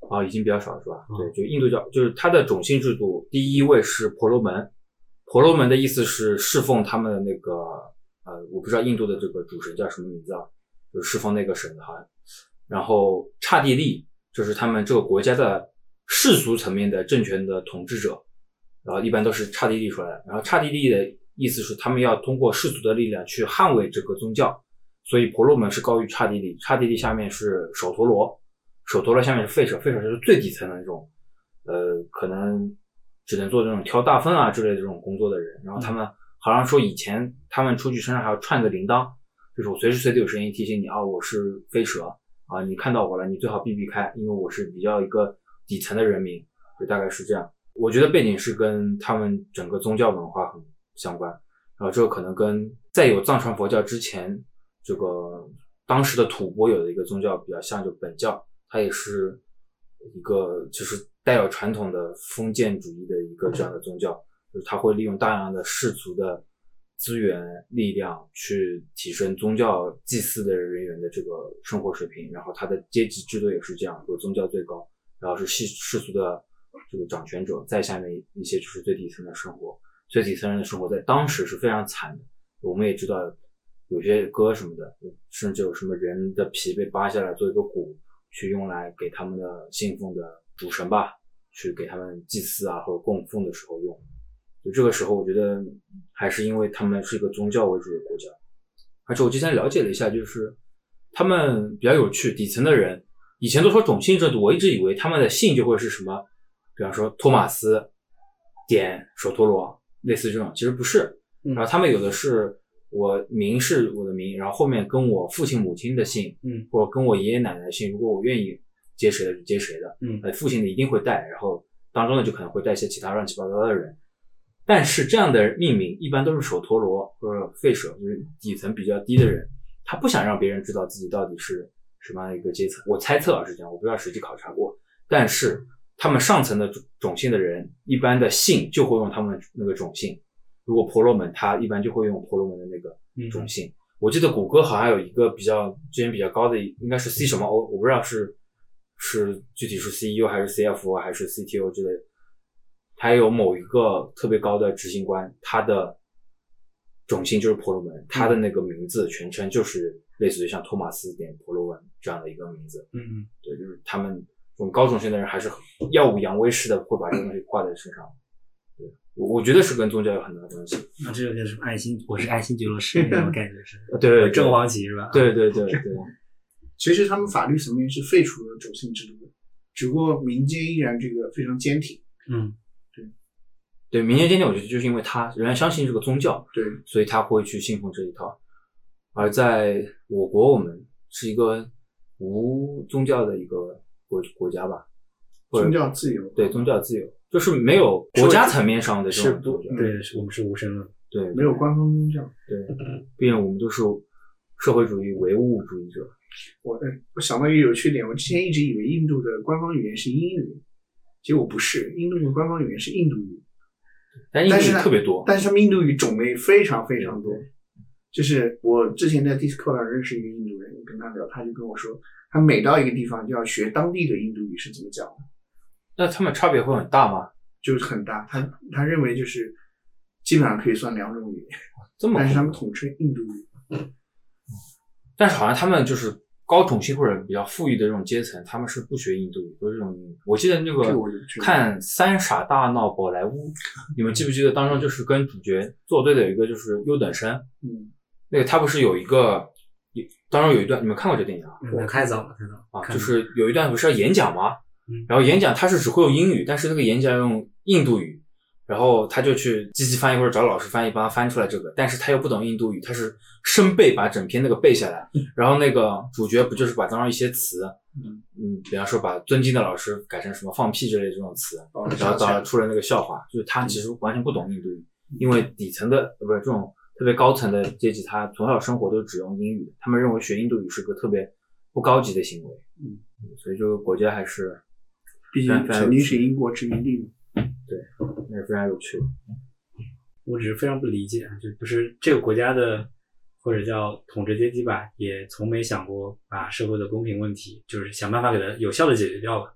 啊，已经比较少了是吧？ 嗯、 对，就印度教，就是它的种姓制度，第一位是婆罗门。婆罗门的意思是侍奉他们的那个呃，我不知道印度的这个主神叫什么名字啊，就是侍奉那个神的好像。然后刹帝利就是他们这个国家的世俗层面的政权的统治者，然后一般都是刹帝利出来的。然后刹帝利的意思是他们要通过世俗的力量去捍卫这个宗教，所以婆罗门是高于刹帝利，刹帝利下面是首陀罗，首陀罗下面是吠舍，吠舍就是最底层的那种，呃，可能只能做这种挑大粪啊之类的这种工作的人。然后他们好像说以前他们出去身上还要串个铃铛，就是我随时随地有声音提醒你啊，我是吠舍啊，你看到我了，你最好避避开，因为我是比较一个底层的人民，就大概是这样。我觉得背景是跟他们整个宗教文化很相关，然后这个可能跟在有藏传佛教之前，这个当时的吐蕃有的一个宗教比较像，就本教，它也是一个就是带有传统的封建主义的一个这样的宗教，就是它会利用大量的世俗的资源力量去提升宗教祭祀的人员的这个生活水平，然后它的阶级制度也是这样，有宗教最高，然后是世世俗的这个掌权者，在下面一些就是最底层的生活，最底层人的生活在当时是非常惨的。我们也知道有些歌什么的，甚至有什么人的皮被扒下来做一个鼓，去用来给他们的信奉的主神吧，去给他们祭祀啊或者供奉的时候用。就这个时候我觉得还是因为他们是一个宗教为主的国家。而且我之前了解了一下，就是他们比较有趣，底层的人以前都说种姓制度，我一直以为他们的姓就会是什么，比方说托马斯点首陀罗类似这种，其实不是。然后他们有的是我名是我的名，然后后面跟我父亲母亲的姓， 嗯， 或者跟我爷爷奶奶的姓，如果我愿意接谁的就接谁的， 嗯， 呃，父亲的一定会带，然后当中呢就可能会带一些其他乱七八糟的人。但是这样的命名一般都是首陀罗或者吠舍，就是底层比较低的人，他不想让别人知道自己到底是什么样的一个阶层。我猜测啊是这样，我不知道实际考察过，但是他们上层的种姓的人一般的姓就会用他们那个种姓，如果婆罗门他一般就会用婆罗门的那个种姓。嗯、我记得谷歌好像有一个比较之前比较高的，应该是 C 什么 O， 我不知道是是具体是 C E O 还是 C F O 还是 C T O 之类的。还有某一个特别高的执行官，他的种姓就是婆罗门，他的那个名字全称就是类似于像托马斯点婆罗门这样的一个名字。 嗯嗯， 对，就是他们这种高种姓的人还是耀武扬威似的会把这个东西挂在身上。对，我我觉得是跟宗教有很大的关系。 那这个就是爱新，我是爱新觉罗氏那种感觉是。 对对对， 正黄旗是吧？ 对对对对。 其实他们法律层面是废除了种姓制度的，只不过民间依然这个非常坚挺。 嗯。 对，民间坚定，我觉得就是因为他仍然相信这个宗教， 对， 所以他会去信奉这一套。而在我国，我们是一个无宗教的一个国国家吧， 宗教自由， 对，宗教自由，就是没有国家层面上的这种宗教， 对，我们是无神论， 对， 没有官方宗教， 对，毕竟我们都是社会主义唯物主义者。 我我想到一个有趣点，我之前一直以为印度的官方语言是英语，结果不是，印度的官方语言是印度语。 但印度语特别多， 但是他们印度语种类非常非常多。就是我之前在 Discord 上认识一个印度人，跟他聊，他就跟我说，他每到一个地方就要学当地的印度语是怎么讲的。 那他们差别会很大吗？ 就是很大，他他认为就是基本上可以算两种语言， 这么， 但是他们统称印度语。 但是好像他们就是高种姓或者比较富裕的这种阶层，他们是不学印度语，都是这种英语。我记得那个看《三傻大闹宝莱坞》，你们记不记得当中就是跟主角作对的有一个就是优等生， 嗯， 那个他不是有一个，当中有一段你们看过这电影啊？ 我太早了，太早了啊，就是有一段不是要演讲吗？ 嗯， 然后演讲他是只会用英语，但是那个演讲用印度语。然后他就去积极翻译或者找老师翻译帮他翻出来这个，但是他又不懂印度语，他是生背把整篇那个背下来。然后那个主角不就是把当中一些词，嗯嗯，比方说把尊敬的老师改成什么放屁之类的这种词， 哦、 然后导出了那个笑话，就是他其实完全不懂印度语，因为底层的呃不是这种特别高层的阶级，他从小生活都只用英语，他们认为学印度语是个特别不高级的行为。 嗯， 所以这个国家还是， 毕竟曾经是英国殖民地嘛。 对，那是非常有趣的。 我只是非常不理解，就不是这个国家的或者叫统治阶级吧，也从没想过把社会的公平问题，就是想办法给它有效的解决掉吧。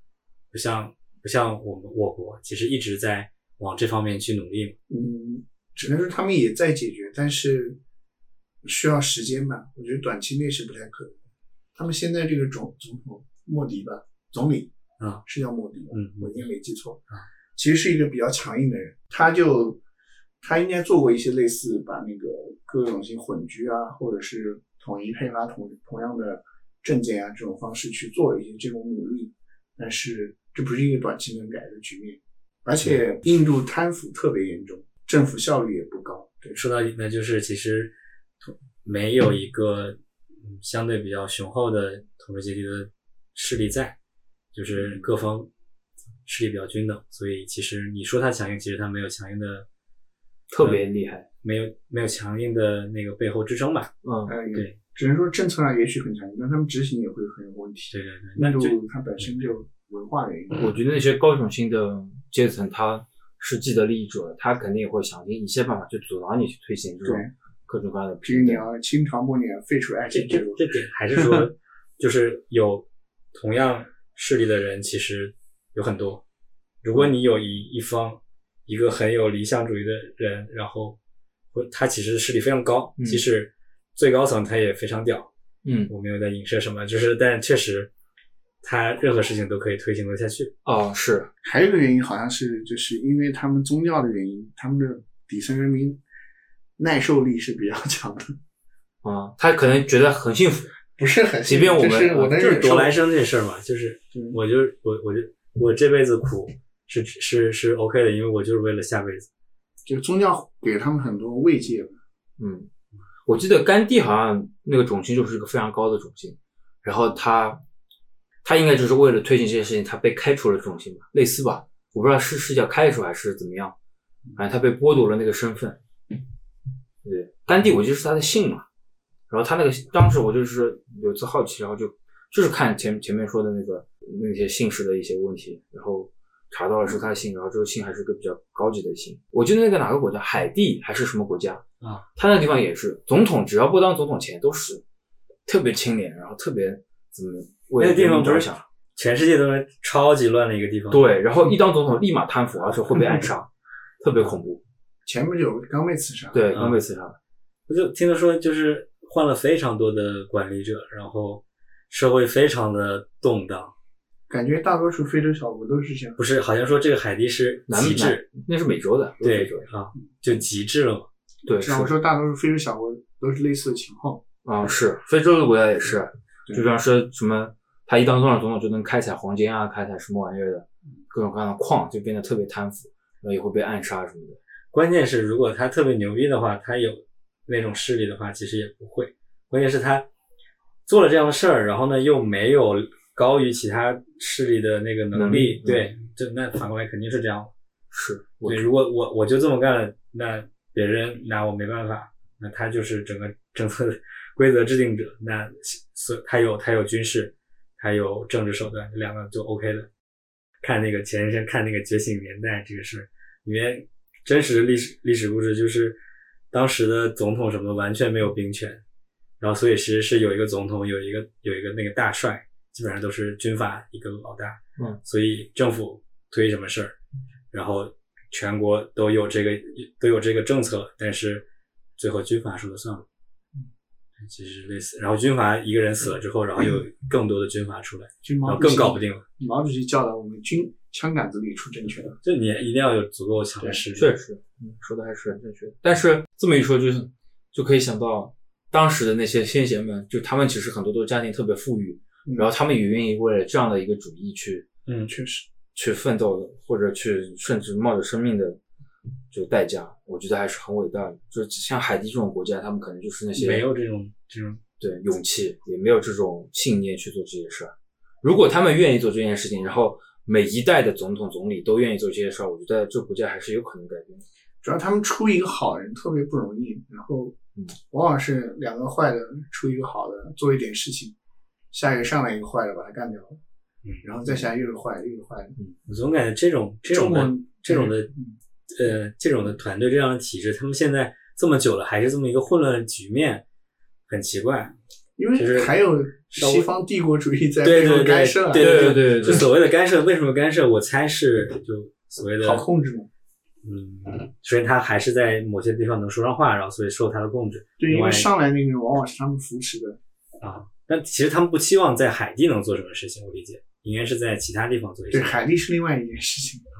不像不像我们我国其实一直在往这方面去努力。 嗯，只能说他们也在解决，但是需要时间吧，我觉得短期内是不太可能。他们现在这个总总统莫迪吧，总理啊， 是叫莫迪吧？ 嗯， 我应该没记错啊， 其实是一个比较强硬的人，他就他应该做过一些类似把那个各种性混居啊，或者是统一配发同同样的证件啊这种方式去做一些这种努力，但是这不是一个短期能改的局面，而且印度贪腐特别严重，政府效率也不高。对， 说到底那就是其实没有一个嗯相对比较雄厚的统治阶级的势力在，就是各方势力比较均等，所以其实你说它强硬，其实它没有强硬的特别厉害， 没有没有强硬的那个背后支撑吧。 嗯， 呃， 对， 只能说政策上也许很强硬，但他们执行也会很有问题。 对对对，那印就度它本身就文化原因， 我觉得那些高种姓的阶层，他是既得利益者，他肯定也会想尽一切办法去阻挠你去推行这种对各种各样的比如你平等。 要清朝末年废除爱这这情制度， 这点还是说，就是有同样势力的人其实有很多。如果你有一一方一个很有理想主义的人，然后他其实势力非常高， 嗯即使最高层他也非常屌。 嗯， 我没有在影射什么，就是但确实他任何事情都可以推行得下去。 哦，是， 还有一个原因好像是就是因为他们宗教的原因，他们的底层人民耐受力是比较强的， 啊、他可能觉得很幸福， 不是很即便我们就是我能就是忍受夺来生这事儿嘛，就是嗯我就我我就我这辈子苦是是是 OK 的，因为我就是为了下辈子。 就宗教给他们很多慰藉吧。 嗯，我记得甘地好像那个种姓就是一个非常高的种姓，然后他他应该就是为了推行这件事情，他被开除了种姓吧，类似吧，我不知道是是叫开除还是怎么样，反正他被剥夺了那个身份。对，甘地我记得是他的姓嘛，然后他那个当时我就是有次好奇，然后就就是看前前面说的那个那些姓氏的一些问题，然后查到了是他的姓，然后这个姓还是个比较高级的姓。我记得那个哪个国家，海地还是什么国家啊？ 他那个地方也是，总统只要不当总统前都是特别清廉，然后特别怎么为那个地方不是人民着想， 全世界都是超级乱的一个地方。 对，然后一当总统立马贪腐，而且会被暗杀，特别恐怖。 前不久刚被刺杀， 对， 嗯刚被刺杀。 我就听他说，就是换了非常多的管理者，然后社会非常的动荡。 感觉大多数非洲小国都是这样。 不是，好像说这个海地是南极致， 那是美洲的，不是对非洲的啊，就极致了嘛。 对， 是啊，我说大多数非洲小国都是类似的情况。 啊、是非洲的国家也是， 对就像是什么，他一当总统总统就能开采黄金啊，开采什么玩意儿的，各种各样的矿，就变得特别贪腐，然后也会被暗杀什么的。 关键是，如果他特别牛逼的话，他有那种势力的话，其实也不会。关键是他做了这样的事儿，然后呢，又没有高于其他势力的那个能力， 能力对，就那反过来肯定是这样。 是， 对，如果我我就这么干了，那别人拿我没办法，那他就是整个政策的规则制定者，那所他有他有军事，他有政治手段，这两个就 OK 了。看那个前一天看那个《觉醒年代》这个事，里面真实的历史历史故事就是当时的总统什么的完全没有兵权，然后所以其实是有一个总统，有一个有一个那个大帅，基本上都是军阀一个老大， 嗯， 所以政府推什么事儿，然后全国都有这个都有这个政策，但是最后军阀说了算了。其实类似，然后军阀一个人死了之后，然后有更多的军阀出来，然后就毛主席更搞不定了。 毛主席教导我们军枪杆子里出政权。 就你一定要有足够强的实力。 确实，嗯，说的还是很正确。但是这么一说，就是就可以想到当时的那些先贤们，就他们其实很多都家庭特别富裕， 嗯然后他们也愿意为了这样的一个主义去， 嗯， 确实， 去奋斗，或者去甚至冒着生命的就代价，我觉得还是很伟大的。就像海地这种国家，他们可能就是那些没有这种这种对勇气，也没有这种信念去做这些事儿。如果他们愿意做这件事情，然后每一代的总统总理都愿意做这些事儿，我觉得这个国家还是有可能改变的。 主要他们出一个好人特别不容易，然后往往是两个坏的出一个好的，做一点事情，下一个上来一个坏的把他干掉了， 嗯， 然后再下又是坏的又是坏的。 嗯，我总感觉这种这种的中国这种的呃这种的团队这样的体制，他们现在这么久了还是这么一个混乱的局面，很奇怪。 因为就是还有西方帝国主义在对背后对对干涉， 对对对对就所谓的干涉，为什么干涉？我猜是就所谓的好控制嘛。 嗯，首先他还是在某些地方能说上话，然后所以受他的控制。 对，因另外为上来那个人往往是他们扶持的。 啊，但其实他们不期望在海地能做什么事情，我理解应该是在其他地方做一些。 对，海地是另外一件事情。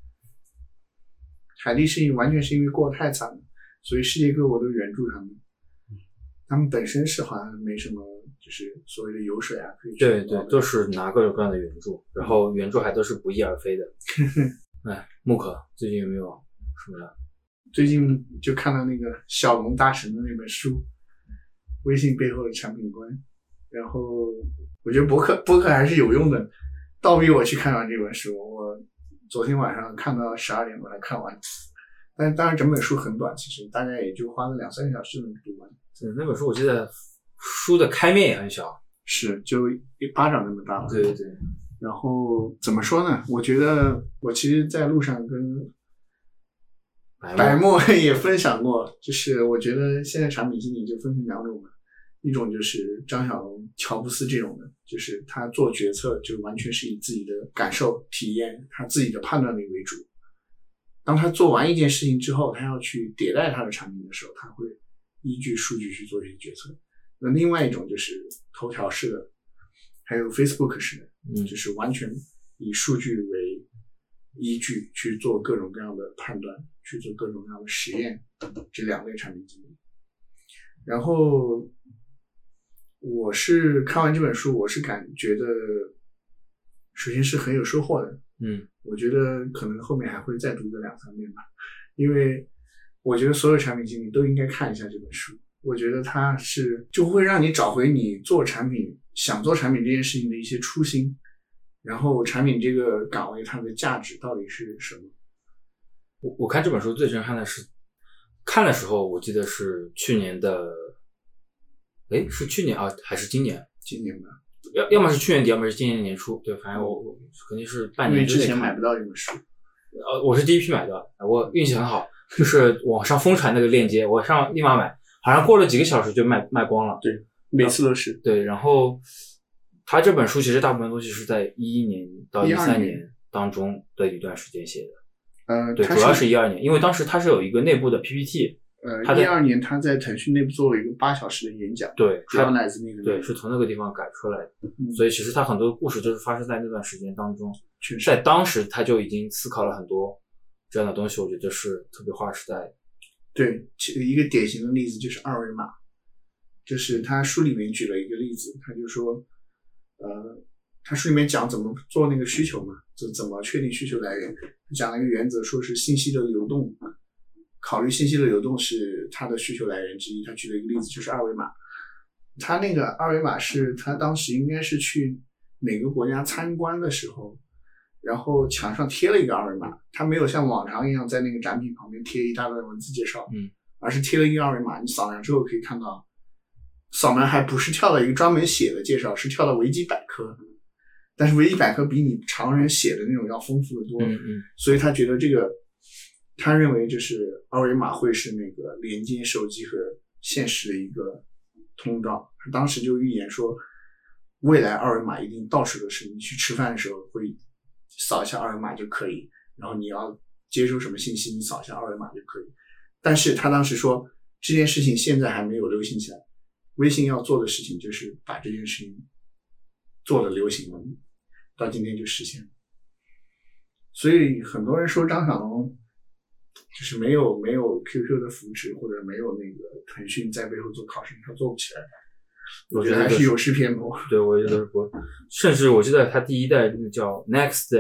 海地是完全是因为过得太惨了，所以世界各国都援助他们。他们本身是好像没什么，就是所谓的油水啊，可以对对，都是拿各种各样的援助，然后援助还都是不翼而飞的。哎，木可最近有没有什么的？ 最近就看到那个小龙大神的那本书，微信背后的产品观，然后我觉得博客博客还是有用的，倒逼我去看完这本书。我昨天晚上看到十二点把它看完，但当然整本书很短，其实大概也就花了两三个小时就能读完。 对，那本书我记得书的开面也很小， 是就一巴掌那么大。 对对对。 然后怎么说呢？我觉得我其实在路上跟白墨也分享过，就是我觉得现在产品经理就分成两种嘛，一种就是张小龙、乔布斯这种的，就是他做决策就完全是以自己的感受、体验、他自己的判断力为主。当他做完一件事情之后，他要去迭代他的产品的时候，他会依据数据去做一些决策。那另外一种就是头条式的，还有 Facebook 式的， 嗯， 就是完全以数据为依据去做各种各样的判断，去做各种各样的实验，这两类产品经理。然后我是看完这本书，我是感觉得首先是很有收获的。 嗯， 我觉得可能后面还会再读个两三遍吧，因为我觉得所有产品经理都应该看一下这本书。我觉得它是就会让你找回你做产品、想做产品这件事情的一些初心，然后产品这个岗位它的价值到底是什么。 我我看这本书最震撼的是，看的时候我记得是去年的，诶，是去年啊还是今年？ 今年吧， 要要么是去年底，要么是今年年初。对，反正我我肯定是半年因为之前看买不到这本书。 呃，我是第一批买的，我运气很好，就是网上疯传那个链接，我上立马买，好像过了几个小时就卖卖光了。 对，每次都是。 对，然后他这本书其实大部分东西是在一一年到一三年当中的一段时间写的。 呃， 对，主要是一二年，因为当时他是有一个内部的 P P T。 呃，一二年他在腾讯内部做了一个八小时的演讲， 对， 主要来自那个， 对，是从那个地方改出来的。 嗯、 所以其实他很多故事就是发生在那段时间当中， 确实在当时他就已经思考了很多这样的东西，我觉得是特别划时代。 对，一个典型的例子就是二维码，就是他书里面举了一个例子，他就说，呃，他书里面讲怎么做那个需求嘛，就怎么确定需求来源，讲了一个原则，说是信息的流动。考虑信息的流动是他的需求来源之一，他举了一个例子，就是二维码。他那个二维码是他当时应该是去哪个国家参观的时候，然后墙上贴了一个二维码，他没有像往常一样在那个展品旁边贴一大段文字介绍， 嗯， 而是贴了一个二维码，你扫描之后可以看到，扫描还不是跳到一个专门写的介绍，是跳到维基百科，但是维基百科比你常人写的那种要丰富的多， 嗯嗯， 所以他觉得这个。他认为就是二维码会是那个连接手机和现实的一个通道。他当时就预言说，未来二维码一定到处都是，你去吃饭的时候会扫一下二维码就可以，然后你要接收什么信息，你扫一下二维码就可以。但是他当时说，这件事情现在还没有流行起来，微信要做的事情就是把这件事情做的流行了，到今天就实现了。所以很多人说张小龙就是没有没有 Q Q 的扶持，或者没有那个腾讯在背后做考生，他做不起来。我觉得还是有失偏颇。 对，我觉得是不，甚至我记得他第一代那个叫 next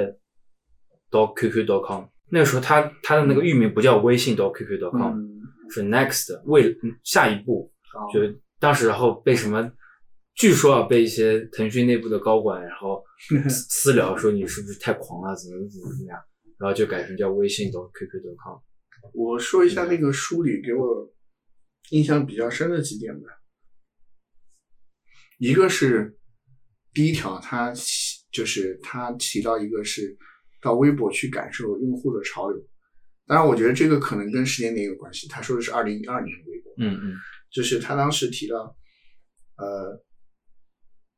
dot q q dot com， 那个时候他他的那个域名不叫微信 dot q q dot com，、嗯、是 next 为下一步， 哦、 就当时然后被什么，据说啊被一些腾讯内部的高管然后私聊说你是不是太狂了，怎么怎么怎么样，然后就改成叫微信 dot q q dot com。 我说一下那个书里给我印象比较深的几点吧。一个是第一条，他就是他提到一个是到微博去感受用户的潮流。当然我觉得这个可能跟时间点有关系，他说的是二零一二年的微博。 嗯嗯， 就是他当时提到呃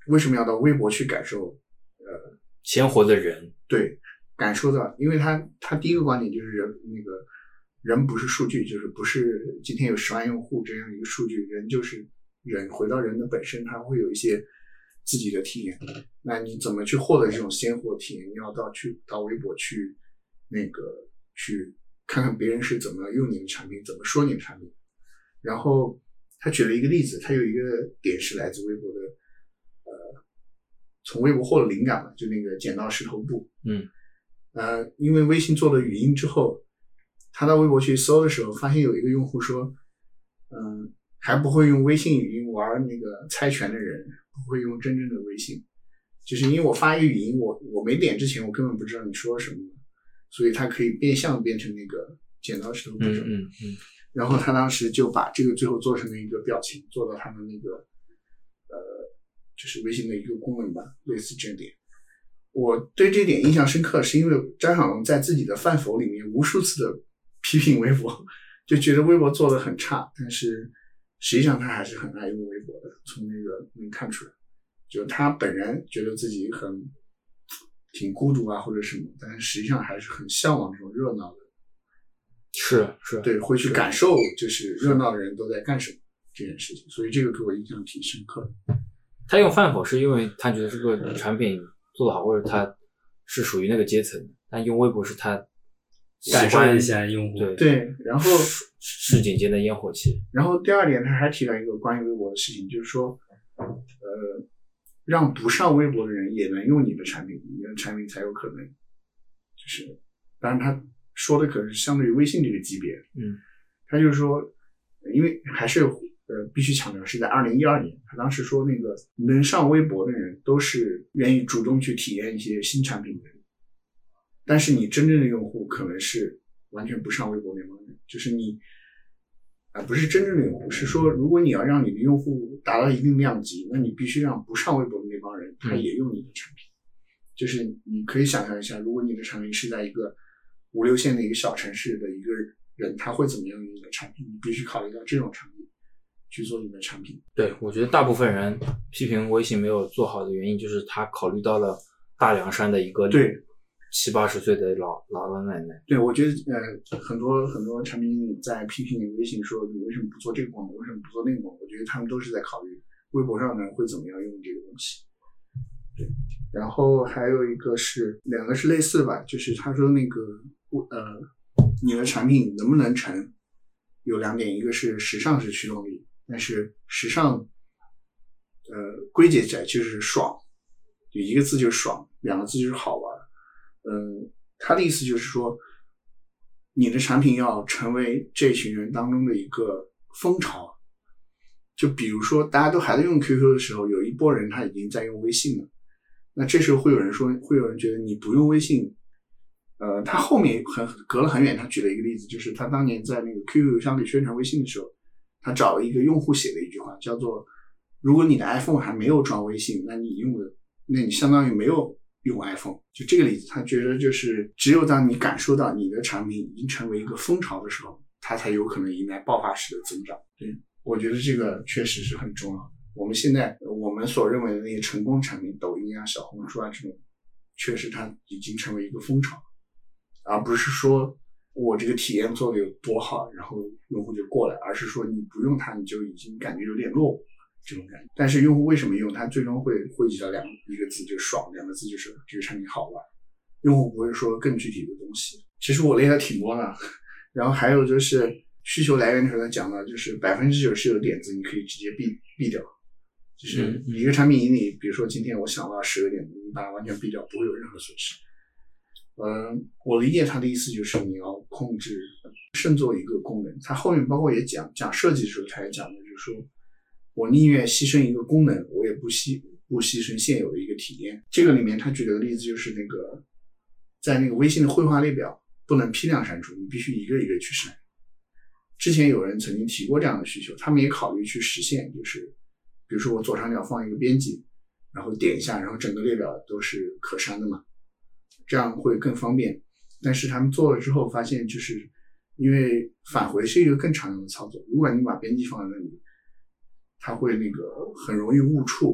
为什么要到微博去感受呃鲜活的人？ 对，感受到，因为他他第一个观点就是人那个人不是数据，就是不是今天有十万用户这样一个数据，人就是人，回到人的本身，他会有一些自己的体验。那你怎么去获得这种鲜活体验？你要到去到微博去那个去看看别人是怎么用你的产品，怎么说你的产品。然后他举了一个例子，他有一个点是来自微博的，呃，从微博获得灵感嘛，就那个剪刀石头布。 嗯， 呃，因为微信做了语音之后，他到微博去搜的时候，发现有一个用户说，嗯，还不会用微信语音玩那个猜拳的人，不会用真正的微信，就是因为我发一个语音，我我没点之前，我根本不知道你说什么，所以他可以变相变成那个剪刀石头布。 嗯嗯嗯。 然后他当时就把这个最后做成了一个表情，做到他的那个呃，就是微信的一个功能吧，类似这点。我对这点印象深刻，是因为张小龙在自己的饭否里面无数次的批评微博，就觉得微博做的很差，但是实际上他还是很爱用微博的，从那个能看出来，就他本人觉得自己很挺孤独啊或者什么，但是实际上还是很向往这种热闹的。 是是， 对，会去感受就是热闹的人都在干什么这件事情，所以这个给我印象挺深刻的。 他用饭否是因为他觉得这个产品做得好，或者他是属于那个阶层的，但用微博是他感受一下用户。 对对，然后市井间的烟火气。 然后第二点，他还提到一个关于微博的事情，就是说，呃，让不上微博的人也能用你的产品，你的产品才有可能，就是当然他说的可能是相对于微信这个级别， 嗯， 他就是说，因为还是呃必须强调是在二零一二年，他当时说那个能上微博的人都是愿意主动去体验一些新产品的人，但是你真正的用户可能是完全不上微博那帮人，就是你啊、呃、不是真正的用户，是说如果你要让你的用户达到一定量级，那你必须让不上微博的那帮人他也用你的产品，嗯、就是你可以想象一下，如果你的产品是在一个五六线的一个小城市的一个人，他会怎么样用你的产品？你必须考虑到这种场景去做你的产品。 对，我觉得大部分人批评微信没有做好的原因，就是他考虑到了大凉山的一个对七八十岁的老老老奶奶。 对，我觉得呃很多很多产品经理在批评微信说你为什么不做这个功能，为什么不做那个功能？我觉得他们都是在考虑微博上的人会怎么样用这个东西。对，然后还有一个是两个是类似吧，就是他说那个呃，你的产品能不能成，有两点，一个是时尚是驱动力，但是时尚，呃，归结起来就是爽，就一个字就是爽，两个字就是好玩。嗯，他的意思就是说，你的产品要成为这群人当中的一个风潮。就比如说，大家都还在用 Q Q 的时候，有一波人他已经在用微信了，那这时候会有人说，会有人觉得你不用微信。呃，他后面很隔了很远，他举了一个例子，就是他当年在那个 Q Q 邮箱里宣传微信的时候，他找了一个用户写的一句话，叫做如果你的 iPhone 还没有装微信，那你用的那你相当于没有用 iPhone。就这个例子，他觉得就是只有当你感受到你的产品已经成为一个风潮的时候，它才有可能迎来爆发式的增长。对，我觉得这个确实是很重要的。我们现在我们所认为的那些成功产品，抖音啊、小红书啊这种，确实它已经成为一个风潮。而不是说我这个体验做的有多好，然后用户就过来，而是说你不用它，你就已经感觉有点落伍这种感觉。但是用户为什么用它，最终会汇集到两一个字，就是爽，两个字就是这个产品好玩。用户不会说更具体的东西。其实我列的挺多的，然后还有就是需求来源的时候他讲到，就是百分之九十的点子你可以直接避避掉。就是一个产品经理，比如说今天我想到十个点子，你把它完全避掉，不会有任何损失。嗯，我理解他的意思就是你要控制慎做一个功能。他后面包括也讲讲设计的时候，他也讲的就是说，我宁愿牺牲一个功能，我也不牺不牺牲现有的一个体验。这个里面他举了个例子，就是那个在那个微信的绘画列表不能批量删除，你必须一个一个去删。之前有人曾经提过这样的需求，他们也考虑去实现，就是比如说我左上角放一个编辑，然后点一下，然后整个列表都是可删的嘛。这样会更方便，但是他们做了之后发现，就是因为返回是一个更常用的操作，如果你把编辑放在那里，它会那个很容易误触，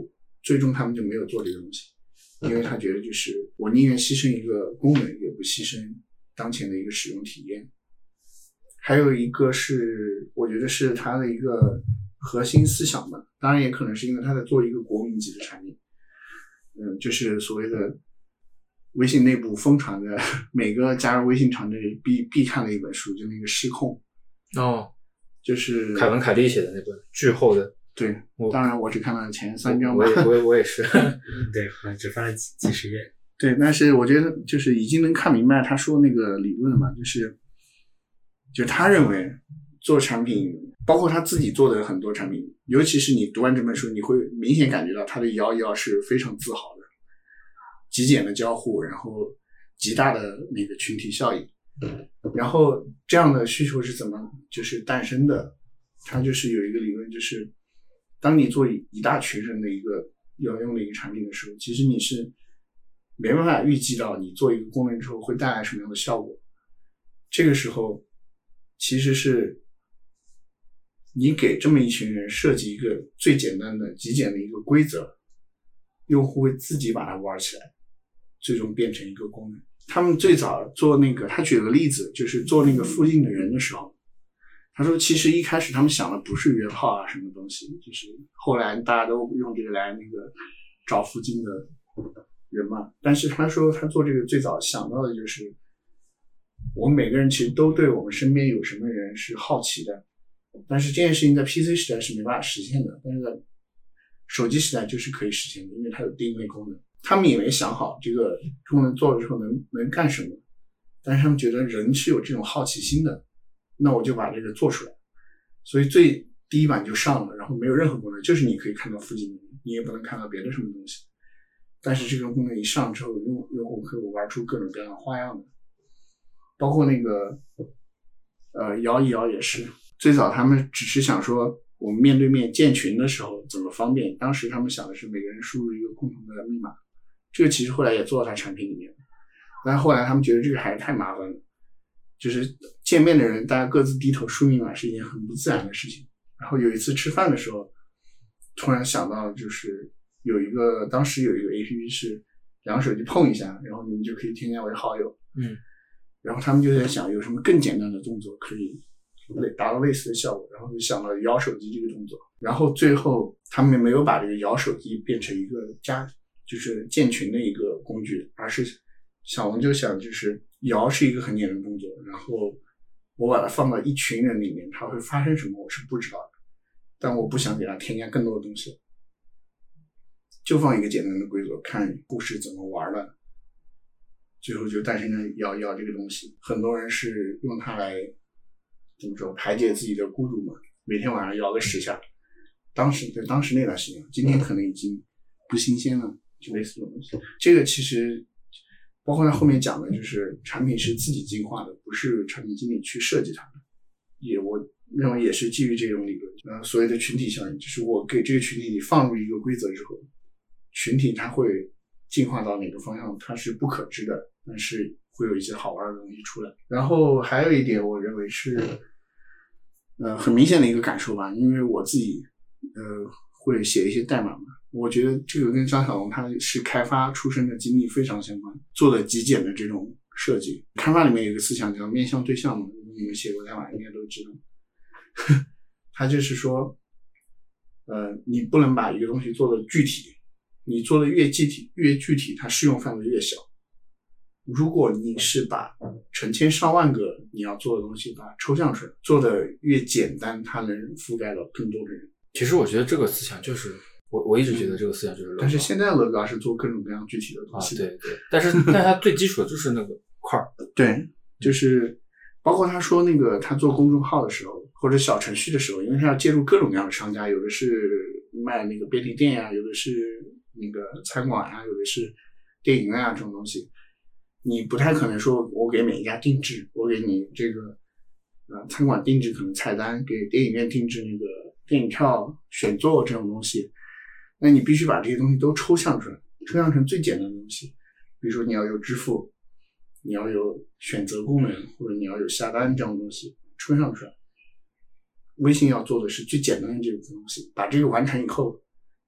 最终他们就没有做这个东西，因为他觉得就是我宁愿牺牲一个功能，也不牺牲当前的一个使用体验。还有一个是我觉得是他的一个核心思想吧，当然也可能是因为他在做一个国民级的产品，嗯，就是所谓的微信内部疯传的每个加入微信团队必必看的一本书，就那个失控。 哦， 就是凯文凯利写的那本巨厚的。 对，当然我只看了前三章吧。 我也我也我也是。 对，好像只翻了几几十页。 对，但是我觉得就是已经能看明白他说那个理论了嘛，就是就是他认为做产品，包括他自己做的很多产品，尤其是你读完这本书，你会明显感觉到他的摇一摇是非常自豪的，极简的交互，然后极大的那个群体效应。然后这样的需求是怎么就是诞生的？它就是有一个理论，就是当你做一大群人的一个要用的一个产品的时候，其实你是没办法预计到你做一个功能之后会带来什么样的效果。这个时候其实是你给这么一群人设计一个最简单的极简的一个规则，用户会自己把它玩起来，最终变成一个功能。他们最早做那个，他举了个例子，就是做那个附近的人的时候，他说其实一开始他们想的不是约炮啊什么东西，就是后来大家都用这个来那个找附近的人嘛。但是他说他做这个最早想到的就是我们每个人其实都对我们身边有什么人是好奇的，但是这件事情在 P C 时代是没办法实现的，但是在手机时代就是可以实现的，因为它有定位功能。他们也没想好这个功能做了之后能能干什么，但是他们觉得人是有这种好奇心的，那我就把这个做出来。所以最第一版就上了，然后没有任何功能，就是你可以看到附近的人，你也不能看到别的什么东西。但是这个功能一上之后，用用户可以玩出各种各样的花样的，包括那个呃摇一摇也是，最早他们只是想说我们面对面建群的时候怎么方便，当时他们想的是每个人输入一个共同的密码，这个其实后来也做到他产品里面，但后来他们觉得这个还是太麻烦了，就是见面的人大家各自低头输密码是一件很不自然的事情。然后有一次吃饭的时候突然想到，就是有一个当时有一个 A P P 是两个手机碰一下，然后你们就可以添加为好友。 嗯， 然后他们就在想有什么更简单的动作可以达到类似的效果，然后就想到摇手机这个动作。然后最后他们没有把这个摇手机变成一个加就是建群的一个工具，而是小龙就想就是摇是一个很简单的动作，然后我把它放到一群人里面，它会发生什么我是不知道的，但我不想给它添加更多的东西，就放一个简单的规则，看故事怎么玩的，最后就诞生了摇摇这个东西。很多人是用它来怎么说排解自己的孤独嘛，每天晚上摇个十下。当时在当时那段时间，今天可能已经不新鲜了，就类似这种东西。这个其实包括他后面讲的，就是产品是自己进化的，不是产品经理去设计它的。也我认为也是基于这种理论，呃，所谓的群体效应，就是我给这个群体里放入一个规则之后，群体它会进化到哪个方向，它是不可知的，但是会有一些好玩的东西出来。然后还有一点，我认为是，呃，很明显的一个感受吧，因为我自己，呃，会写一些代码嘛，我觉得这个跟张小龙他是开发出身的经历非常相关，做的极简的这种设计。开发里面有一个思想叫面向对象嘛，你们写过代码应该都知道。他就是说，呃，你不能把一个东西做的具体，你做的越具体越具体，它适用范围越小。如果你是把成千上万个你要做的东西把它抽象出来，做的越简单，它能覆盖到更多的人。 其实我觉得这个思想就是我我一直觉得这个思想就是乐高， 但是现在乐高是做各种各样具体的东西啊，对对，但是但是它最基础的就是那个块儿， 对，就是包括他说那个他做公众号的时候或者小程序的时候，因为他要介入各种各样的商家，有的是卖那个便利店呀、啊，有的是那个餐馆啊，有的是电影院啊，这种东西你不太可能说我给每一家定制，我给你这个呃餐馆定制可能菜单，给电影院定制那个电影票选座这种东西，那你必须把这些东西都抽象出来，抽象成最简单的东西。比如说你要有支付，你要有选择功能，或者你要有下单这种东西抽象出来。微信要做的是最简单的这个东西，把这个完成以后，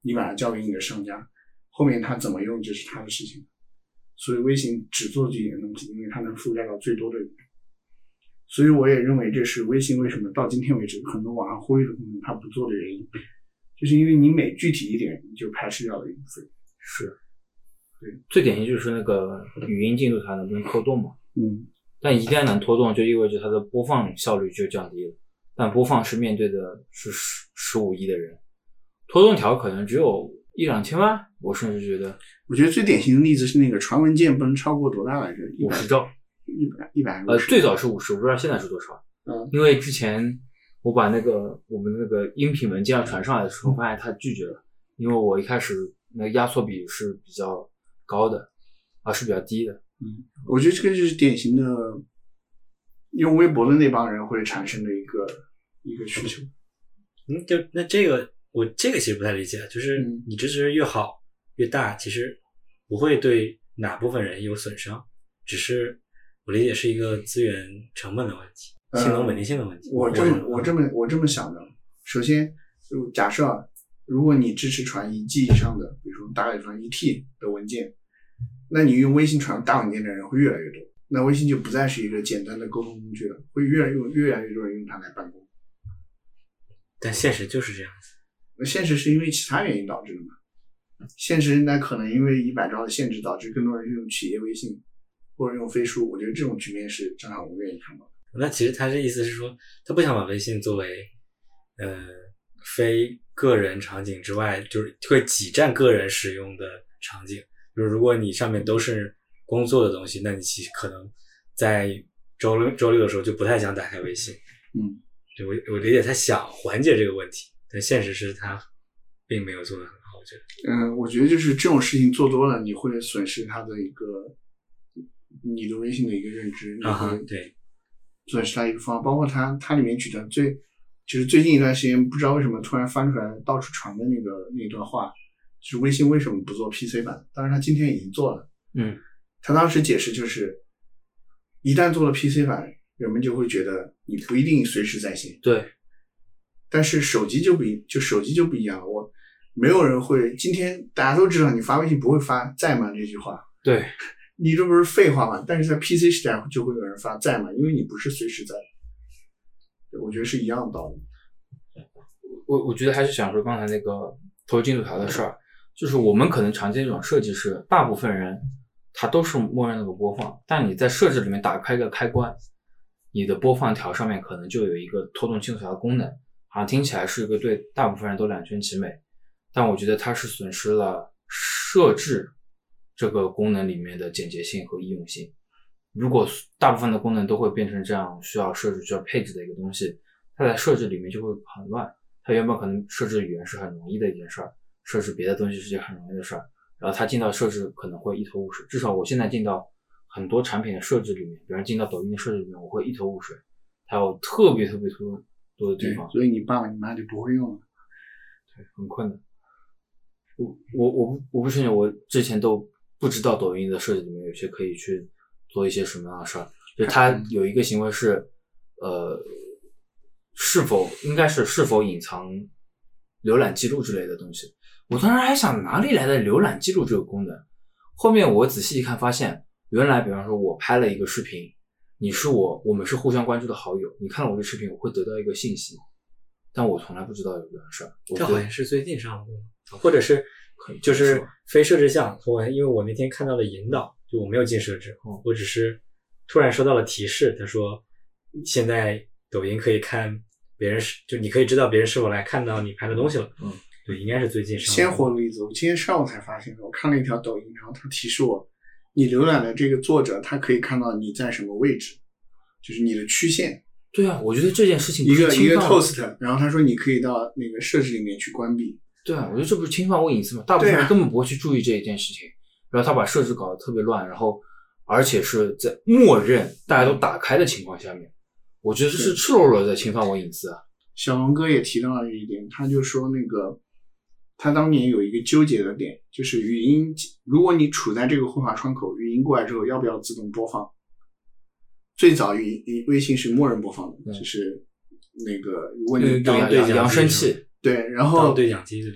你把它交给你的商家，后面他怎么用就是他的事情。所以微信只做这点东西，因为它能覆盖到最多的人。所以我也认为这是微信为什么到今天为止很多网上呼吁的功能它不做的原因，就是因为你每具体一点你就排斥掉了一部分。 是， 对， 最典型就是那个语音进度条能不能拖动嘛？ 嗯， 但一旦能拖动，就意味着它的播放效率就降低了。但播放是面对的是十十五亿的人，拖动条可能只有一两千万，我甚至觉得。 我觉得最典型的例子是那个传文件不能超过多大来着？ 五十兆， 一百一百呃，最早是五十，我不知道现在是多少。 嗯， 因为之前我把那个我们那个音频文件要传上来的时候，发现他拒绝了，因为我一开始那个压缩比是比较高的，啊是比较低的。 嗯，我觉得这个就是典型的用微博的那帮人会产生的一个一个需求。 嗯，就那这个我这个其实不太理解，就是嗯你支持越好越大，其实不会对哪部分人有损伤，只是我理解是一个资源成本的问题，性能稳定性的问题。 我这么我这么我这么想的，首先就假设如果你支持传一 G 以上的，比如说大概传一 T 的文件，那你用微信传大文件的人会越来越多，那微信就不再是一个简单的沟通工具了，会越来越越来越多人用它来办公。 但现实就是这样子。 那现实是因为其他原因导致的嘛？现实那可能因为一百兆的限制导致更多人用企业微信或者用飞书，我觉得这种局面是正好我们愿意看到的。 那其实他这意思是说，他不想把微信作为呃非个人场景之外，就是会挤占个人使用的场景。就是如果你上面都是工作的东西，那你其实可能在周六周六的时候就不太想打开微信。 嗯， 对，我我理解他想缓解这个问题，但现实是他并没有做得很好，我觉得。 嗯，我觉得就是这种事情做多了，你会损失它的一个你的微信的一个认知， 啊哈，对， 损失它一个方法。包括它它里面举的最就是最近一段时间不知道为什么突然翻出来到处传的那个那段话，就是微信为什么不做 P C 版？当然他今天已经做了。 嗯， 他当时解释就是一旦做了 P C 版，人们就会觉得你不一定随时在线。 对， 但是手机就不一就手机就不一样，我没有人会今天大家都知道你发微信不会发在吗这句话， 对， 你这不是废话吗？但是在 P C 时代就会有人发在吗，因为你不是随时在，我觉得是一样的道理。 我我觉得还是想说刚才那个投进度条的事儿，就是我们可能常见这种设计是大部分人它都是默认那个播放，但你在设置里面打开一个开关，你的播放条上面可能就有一个拖动进度条的功能，好像听起来是一个对大部分人都两全其美，但我觉得它是损失了设置这个功能里面的简洁性和易用性。如果大部分的功能都会变成这样需要设置需要配置的一个东西，它在设置里面就会很乱。它原本可能设置语言是很容易的一件事儿，设置别的东西是件很容易的事儿，然后它进到设置可能会一头雾水。至少我现在进到很多产品的设置里面，比如进到抖音的设置里面，我会一头雾水，它有特别特别多多的地方， 所以你爸爸你妈就不会用了。 对，很困难。我我我不我不确定，我之前都不知道抖音的设计里面有些可以去做一些什么样的事儿，就它有一个行为是，呃，是否应该是是否隐藏浏览记录之类的东西。我当时还想哪里来的浏览记录这个功能，后面我仔细一看发现，原来比方说我拍了一个视频，你是我我们是互相关注的好友，你看了我的视频我会得到一个信息，但我从来不知道有这样的事儿。 这好像是最近上的，或者是就是非设置项。我因为我那天看到了引导，就我没有进设置，我只是突然收到了提示，他说现在抖音可以看别人，就你可以知道别人是否来看到你拍的东西了。嗯，对，应该是最近上的。 鲜活的例子，我今天上午才发现的。我看了一条抖音，然后他提示我，你浏览的这个作者，他可以看到你在什么位置，就是你的曲线。 对啊，我觉得这件事情一个一个 toast， 然后他说你可以到那个设置里面去关闭。 对啊，我觉得这不是侵犯我隐私吗？大部分人根本不会去注意这一件事情，然后他把设置搞得特别乱，然后而且是在默认大家都打开的情况下面，我觉得这是赤裸裸的在侵犯我隐私啊。 小龙哥也提到了一点，他就说那个他当年有一个纠结的点，就是语音，如果你处在这个绘画窗口，语音过来之后要不要自动播放？最早语音微信是默认播放的，就是那个如果你当对讲扬声器， 对，然后对讲机，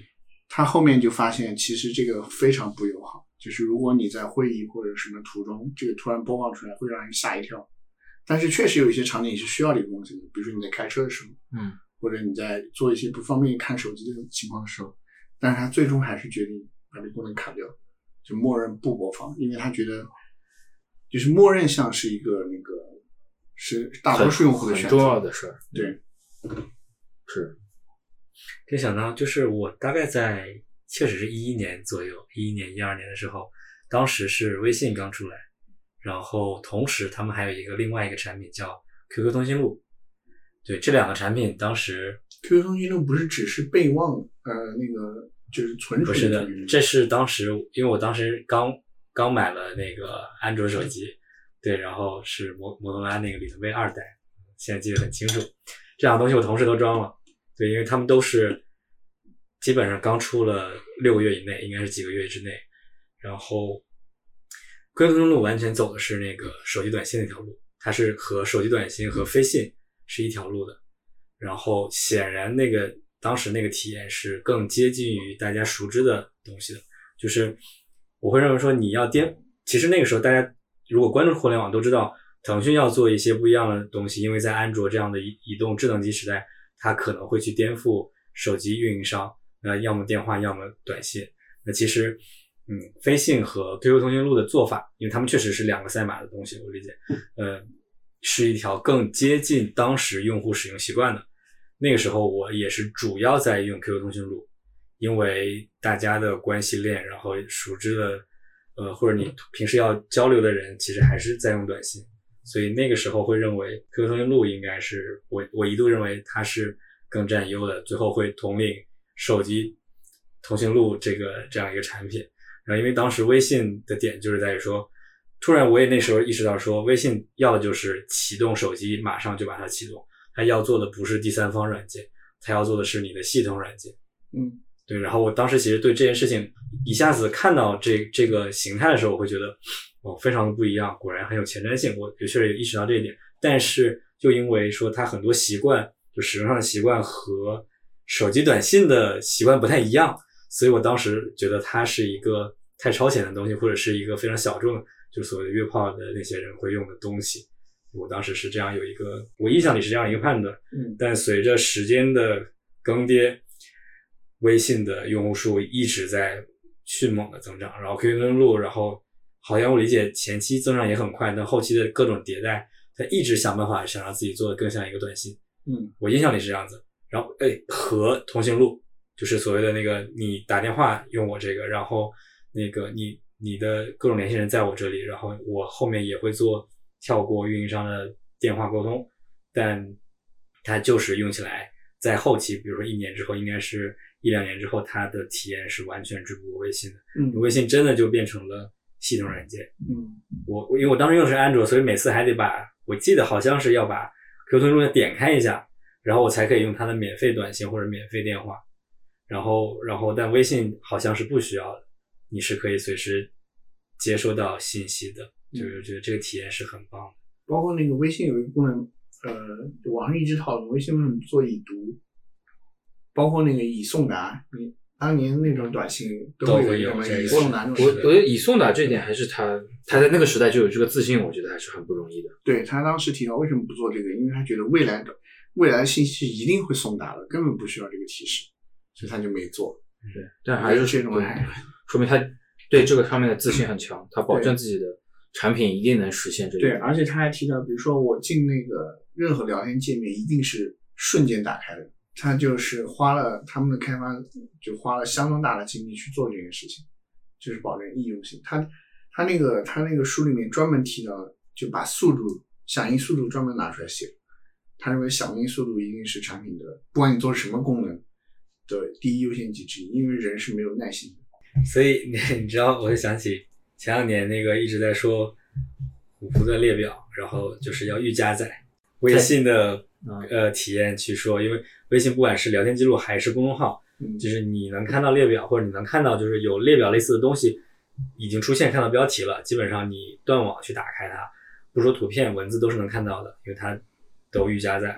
他后面就发现其实这个非常不友好，就是如果你在会议或者什么途中，这个突然播放出来会让人吓一跳。但是确实有一些场景是需要这个东西的，比如说你在开车的时候， 嗯， 或者你在做一些不方便看手机的情况的时候，但是他最终还是决定把这个功能卡掉，就默认不播放，因为他觉得就是默认像是一个那个是大多数用户的选择， 很重要的事儿。 对， 是。 可以想到，就是我大概在确实是一一年左右，一一年、一二年的时候，当时是微信刚出来，然后同时他们还有一个另外一个产品叫 Q Q 通讯录。对，这两个产品当时 Q Q 通讯录不是只是备忘，呃，那个就是存储不是的，这是当时因为我当时刚刚买了那个安卓手机，对，然后是摩摩托罗拉那个里的 V 二代，现在记得很清楚。这两个东西我同时都装了，对，因为他们都是基本上刚出了六个月以内，应该是几个月之内。然后 Q Q 通讯录完全走的是那个手机短信那条路，它是和手机短信和飞信是一条路的。然后显然那个当时那个体验是更接近于大家熟知的东西的，就是我会认为说你要颠，其实那个时候大家如果关注互联网都知道，腾讯要做一些不一样的东西，因为在安卓这样的移移动智能机时代，它可能会去颠覆手机运营商，那要么电话要么短信。那其实嗯，飞信和 Q Q 通讯录的做法，因为他们确实是两个赛马的东西，我理解，呃，是一条更接近当时用户使用习惯的。那个时候我也是主要在用 Q Q 通讯录，因为大家的关系链，然后熟知的呃，或者你平时要交流的人其实还是在用短信，所以那个时候会认为 Q Q 通讯录应该是我我一度认为它是更占优的，最后会统领手机通讯录这个这样一个产品。然后因为当时微信的点就是在于说，突然我也那时候意识到说，微信要的就是启动手机马上就把它启动，它要做的不是第三方软件，它要做的是你的系统软件。 嗯， 对。然后我当时其实对这件事情一下子看到这这个形态的时候，我会觉得哦，非常的不一样，果然很有前瞻性。我确实也意识到这一点，但是就因为说它很多习惯，就使用上的习惯和手机短信的习惯不太一样，所以我当时觉得它是一个太超前的东西，或者是一个非常小众，就所谓的约炮的那些人会用的东西。我当时是这样有一个，我印象里是这样一个判断。 嗯， 但随着时间的更迭，微信的用户数一直在迅猛的增长，然后 Q Q 通讯录，然后好像我理解前期增长也很快，但后期的各种迭代，它一直想办法想让自己做的更像一个短信。 嗯， 我印象里是这样子。然后哎，和通讯录就是所谓的那个你打电话用我这个，然后那个你你的各种联系人在我这里，然后我后面也会做跳过运营商的电话沟通，但它就是用起来在后期，比如说一年之后，应该是一两年之后，它的体验是完全追不过微信的。 嗯， 微信真的就变成了系统软件。 嗯， 我因为我当时用的是安卓，所以每次还得把，我记得好像是要把 Q Q 通讯录点开一下，然后我才可以用它的免费短信或者免费电话。然后然后但微信好像是不需要的，你是可以随时接收到信息的，就是觉得这个体验是很棒的。 包括那个微信有一个功能，呃，网上一直讨论微信为什么做已读，包括那个已送达，你当年那种短信都会有已送达那种。 我我觉得已送达这一点还是他他在那个时代就有这个自信，我觉得还是很不容易的。 对，他当时提到为什么不做这个，因为他觉得未来的未来的信息一定会送达的，根本不需要这个提示，所以他就没做。 对，但还是这种还说明他对这个上面的自信很强，他保证自己的产品一定能实现这个。 对，而且他还提到，比如说我进那个任何聊天界面一定是瞬间打开的，他就是花了他们的开发就花了相当大的精力去做这件事情，就是保证易用性。他他那个他那个书里面专门提到，就把速度响应速度专门拿出来写，他认为响应速度一定是产品的，不管你做什么功能的第一优先级之一，因为人是没有耐心的。 所以你知道，我就想起前两年那个一直在说虎扑的列表，然后就是要预加载微信的呃体验去说，因为微信不管是聊天记录还是公众号， 嗯， 就是你能看到列表，或者你能看到就是有列表类似的东西已经出现，看到标题了，基本上你断网去打开它，不说图片文字都是能看到的，因为它都预加载了。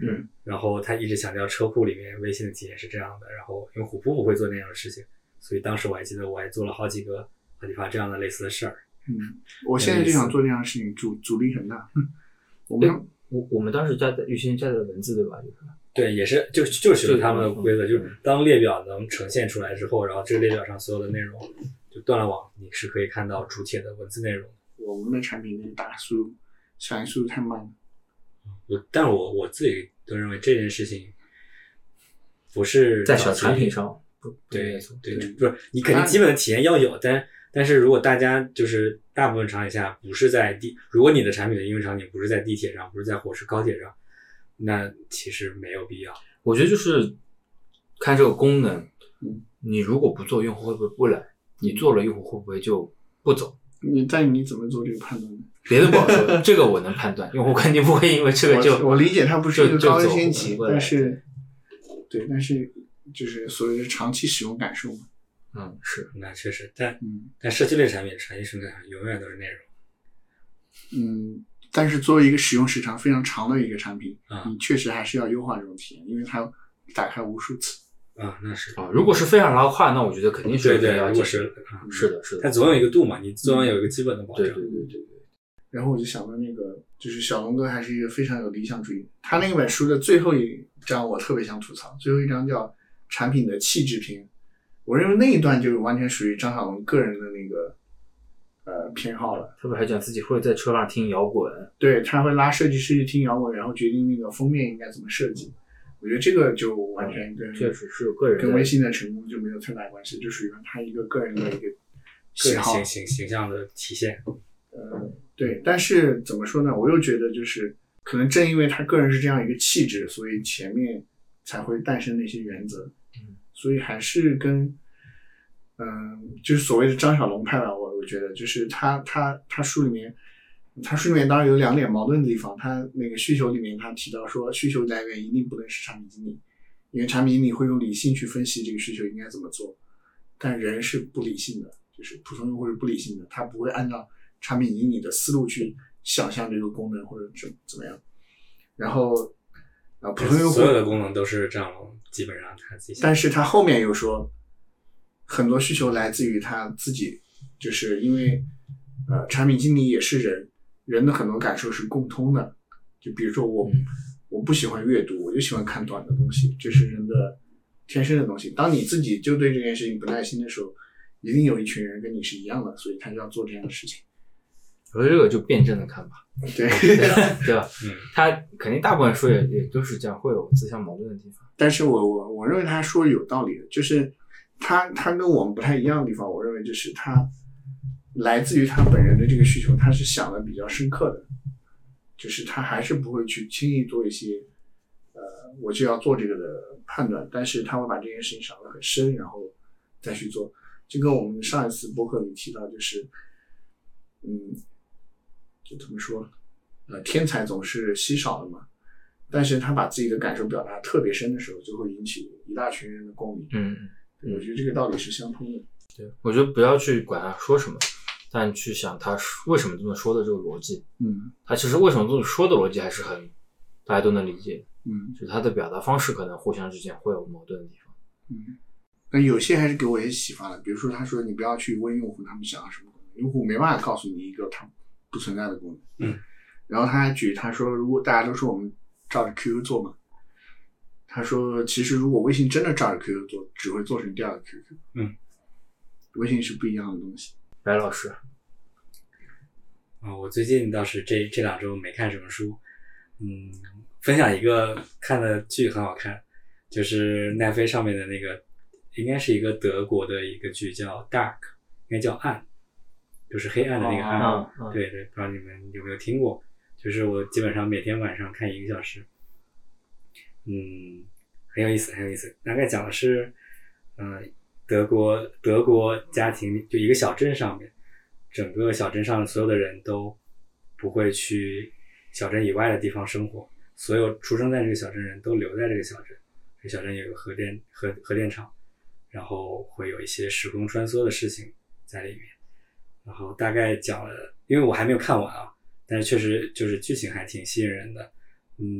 嗯， 然后他一直强调车库里面微信的体验是这样的，然后因为虎扑不会做那样的事情，所以当时我还记得我还做了好几个好几发这样的类似的事儿。 嗯，我现在就想做这样的事情，阻阻力很大。我们我我们当时加的预先加的文字对吧？就是对，也是就就学了他们的规则，就是当列表能呈现出来之后，然后这个列表上所有的内容就断了网，你是可以看到主帖的文字内容。 我们的产品那个打速响应速度太慢了。 我但是我我自己都认为这件事情不是在小产品上，不对对， 对不是你肯定基本的体验要有，但但是如果大家就是大部分场景下不是在地，如果你的产品的应用场景不是在地铁上，不是在火车高铁上，那其实没有必要。 我觉得就是看这个功能， 嗯， 你如果不做，用户会不会不来？你做了，用户会不会就不走？ 你但你怎么做这个判断呢？ 别的不好说，这个我能判断，用户肯定不会因为这个就我我理解它不是一个高优先级， 就就走但是对，但是就是所谓的长期使用感受嘛。 嗯，是， 那确实，但嗯但社区类产品长期生产永远都是内容。 嗯，但是作为一个使用时长非常长的一个产品， 啊你确实还是要优化这种体验，因为它打开无数次。 啊，那是啊，如果是非常拉胯，那我觉得肯定是对对， 要如果是啊， 是的，是的， 它总有一个度嘛，你总要有一个基本的保障。 对对对对对。 然后我就想到那个，就是小龙哥还是一个非常有理想主义。他那本书的最后一章我特别想吐槽，最后一章叫产品的气质篇。我认为那一段就完全属于张小龙个人的那个呃偏好了。 他不还讲自己会在车上听摇滚？ 对，他会拉设计师去听摇滚，然后决定那个封面应该怎么设计。我觉得这个就完全跟、 嗯、确实是有个人跟微信的成功就没有太大关系，就属于他一个个人的一个喜好形形形象的体现。 呃，对，但是怎么说呢？我又觉得就是可能正因为他个人是这样一个气质，所以前面才会诞生那些原则。 嗯， 所以还是跟嗯、呃，就是所谓的张小龙派吧。我我觉得就是他他他书里面，他书里面当然有两点矛盾的地方。他那个需求里面他提到说，需求来源一定不能是产品经理，因为产品经理会用理性去分析这个需求应该怎么做，但人是不理性的，就是普通用户是不理性的，他不会按照产品经理的思路去想象这个功能或者怎怎么样。然后啊，普通用户所有的功能都是张小龙基本上他自己想。 但是他后面又说，很多需求来自于他自己，就是因为呃，产品经理也是人，人的很多感受是共通的。就比如说我、嗯、我不喜欢阅读，我就喜欢看短的东西，这是人的天生的东西。当你自己就对这件事情不耐心的时候，一定有一群人跟你是一样的，所以他就要做这样的事情。 我觉得这个就辩证的看吧， 对对吧？对吧？ 嗯， 他肯定大部分说也也都是这样，会有自相矛盾的地方。 但是我我我认为他说有道理的，就是他他跟我们不太一样的地方，我认为就是他来自于他本人的这个需求，他是想的比较深刻的，就是他还是不会去轻易做一些呃我就要做这个的判断，但是他会把这件事情想得很深，然后再去做。就跟我们上一次播客里提到，就是嗯。就怎么说，呃，天才总是稀少的嘛，但是他把自己的感受表达特别深的时候，就会引起一大群人的共鸣。 嗯， 我觉得这个道理是相通的。 对，我觉得不要去管他说什么，但去想他为什么这么说的这个逻辑。 嗯， 他其实为什么这么说的逻辑还是很大家都能理解。 嗯， 就是他的表达方式可能互相之间会有矛盾的地方。 嗯，那有些还是给我一些启发的，比如说他说你不要去问用户他们想要什么功能，用户没办法告诉你一个他不存在的功能。 嗯， 然后他还举他说，如果大家都说我们照着 Q Q 做嘛，他说其实如果微信真的照着 Q Q 做，只会做成第二个 Q Q。 嗯， 微信是不一样的东西。 白老师， 啊、哦，我最近倒是这这两周没看什么书，嗯，分享一个看的剧很好看，就是奈飞上面的那个，应该是一个德国的一个剧叫 Dark， 应该叫暗。就是黑暗的那个暗， 哦哦、 对对，不知道你们有没有听过？就是我基本上每天晚上看一个小时，嗯，很有意思，很有意思。大概讲的是，呃，德国德国家庭就一个小镇上面，整个小镇上所有的人都不会去小镇以外的地方生活，所有出生在这个小镇人都留在这个小镇。这个小镇有个核电核核电厂，然后会有一些时空穿梭的事情在里面。然后大概讲了，因为我还没有看完啊，但是确实就是剧情还挺吸引人的。嗯，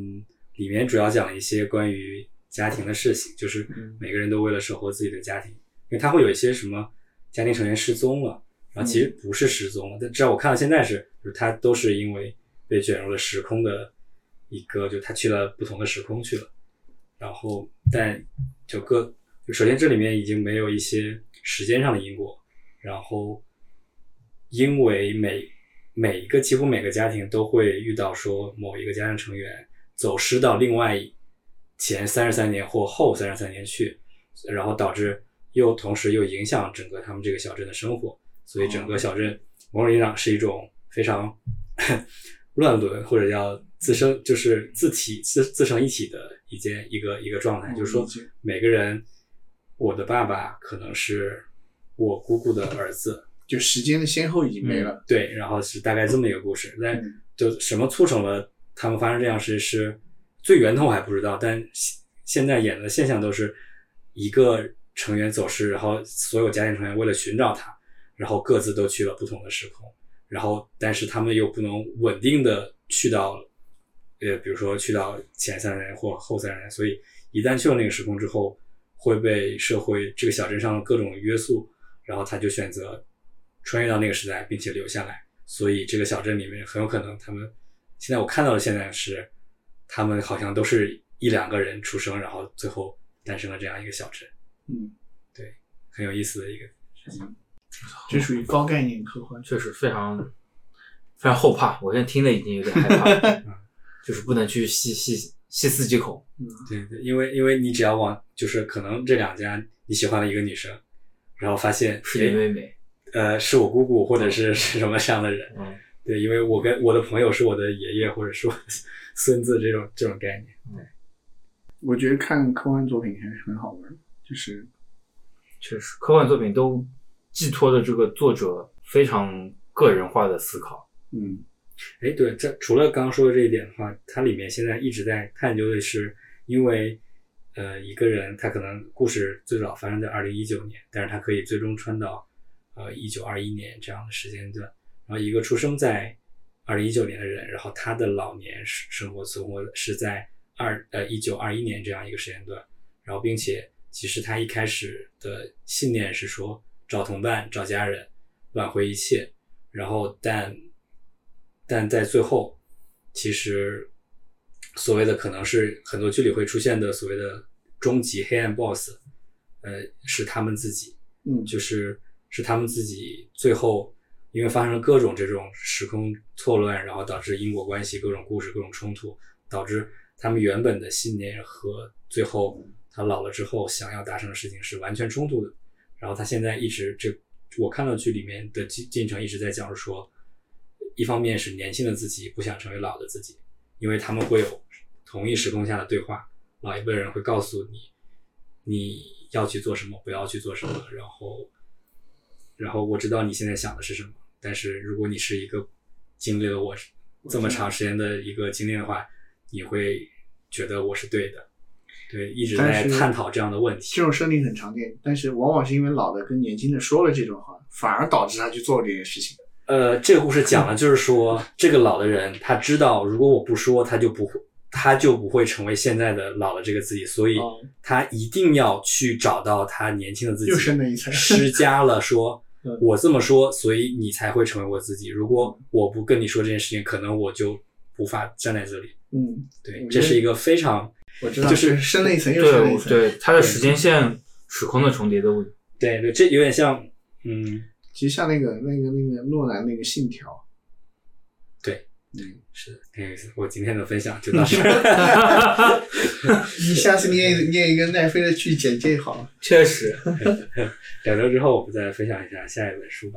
里面主要讲了一些关于家庭的事情，就是每个人都为了守候自己的家庭，因为他会有一些什么家庭成员失踪了，然后其实不是失踪了，但至少我看到现在是，就是他都是因为被卷入了时空的一个，就他去了不同的时空去了，然后但就各就首先这里面已经没有一些时间上的因果，然后因为每每一个几乎每个家庭都会遇到说某一个家庭成员走失到另外前三十三年或后三十三年去，然后导致又同时又影响整个他们这个小镇的生活，所以整个小镇某种意义上是一种非常乱伦或者叫自生就是自体自自成一体的一件一个一个状态，就是说每个人，我的爸爸可能是我姑姑的儿子， 就时间的先后已经没了、 嗯、对，然后是大概这么一个故事，但就什么促成了他们发生这样事是最源头我还不知道，但现在演的现象都是一个成员走失，然后所有家庭成员为了寻找他，然后各自都去了不同的时空，然后但是他们又不能稳定的去到呃，比如说去到前三人或后三人，所以一旦去了那个时空之后会被社会这个小镇上的各种约束，然后他就选择穿越到那个时代并且留下来，所以这个小镇里面很有可能他们现在我看到的现在是他们好像都是一两个人出生，然后最后诞生了这样一个小镇。 嗯， 对，很有意思的一个事情。 嗯，这属于高概念科幻， 确实非常非常后怕，我现在听的已经有点害怕就是不能去细细细思极恐。 嗯， 对对，因为因为你只要往就是可能这两家你喜欢的一个女生，然后发现是你妹妹， 呃，是我姑姑或者是是什么这样的人， 嗯， 对，因为我跟我的朋友是我的爷爷或者是我的孙子这种这种概念。对， 我觉得看科幻作品还是很好玩，就是确实科幻作品都寄托的这个作者非常个人化的思考。 嗯， 哎，对，这除了刚刚说的这一点的话，它里面现在一直在探究的是，因为呃一个人他可能故事最早发生在二零一九年，但是他可以最终穿到呃一九二一年这样的时间段，然后一个出生在二零一九年的人，然后他的老年生活存活是在二呃一九二一年这样一个时间段，然后并且其实他一开始的信念是说找同伴找家人挽回一切，然后但但在最后其实所谓的可能是很多剧里会出现的所谓的终极黑暗 boss 呃是他们自己， 嗯， 就是是他们自己最后因为发生了各种这种时空错乱，然后导致因果关系各种故事各种冲突，导致他们原本的信念和最后他老了之后想要达成的事情是完全冲突的。然后他现在一直这我看到剧里面的进程一直在讲述说，一方面是年轻的自己不想成为老的自己，因为他们会有同一时空下的对话，老一辈人会告诉你你要去做什么不要去做什么，然后然后我知道你现在想的是什么，但是如果你是一个经历了我这么长时间的一个经历的话，你会觉得我是对的。对，一直在探讨这样的问题。 这种设定很常见，但是往往是因为老的跟年轻的说了这种话，反而导致他去做这件事情。 呃，这个故事讲的就是说，这个老的人他知道，如果我不说，他就不会，他就不会成为现在的老的这个自己，所以他一定要去找到他年轻的自己， 又深了一层， 施加了说，我这么说，所以你才会成为我自己。如果我不跟你说这件事情，可能我就无法站在这里。 嗯， 对，这是一个非常。 我知道， 就是深了一层又深了一层， 对对，它的时间线、时空的重叠的问题。 对对，这有点像，嗯， 其实像那个那个那个诺兰那个《信条》。 对， 嗯， 是的，很有意思。我今天的分享就到这儿。 你下次念念一个奈飞的剧简介好了。 确实， 两周之后我们再分享一下下一本书吧。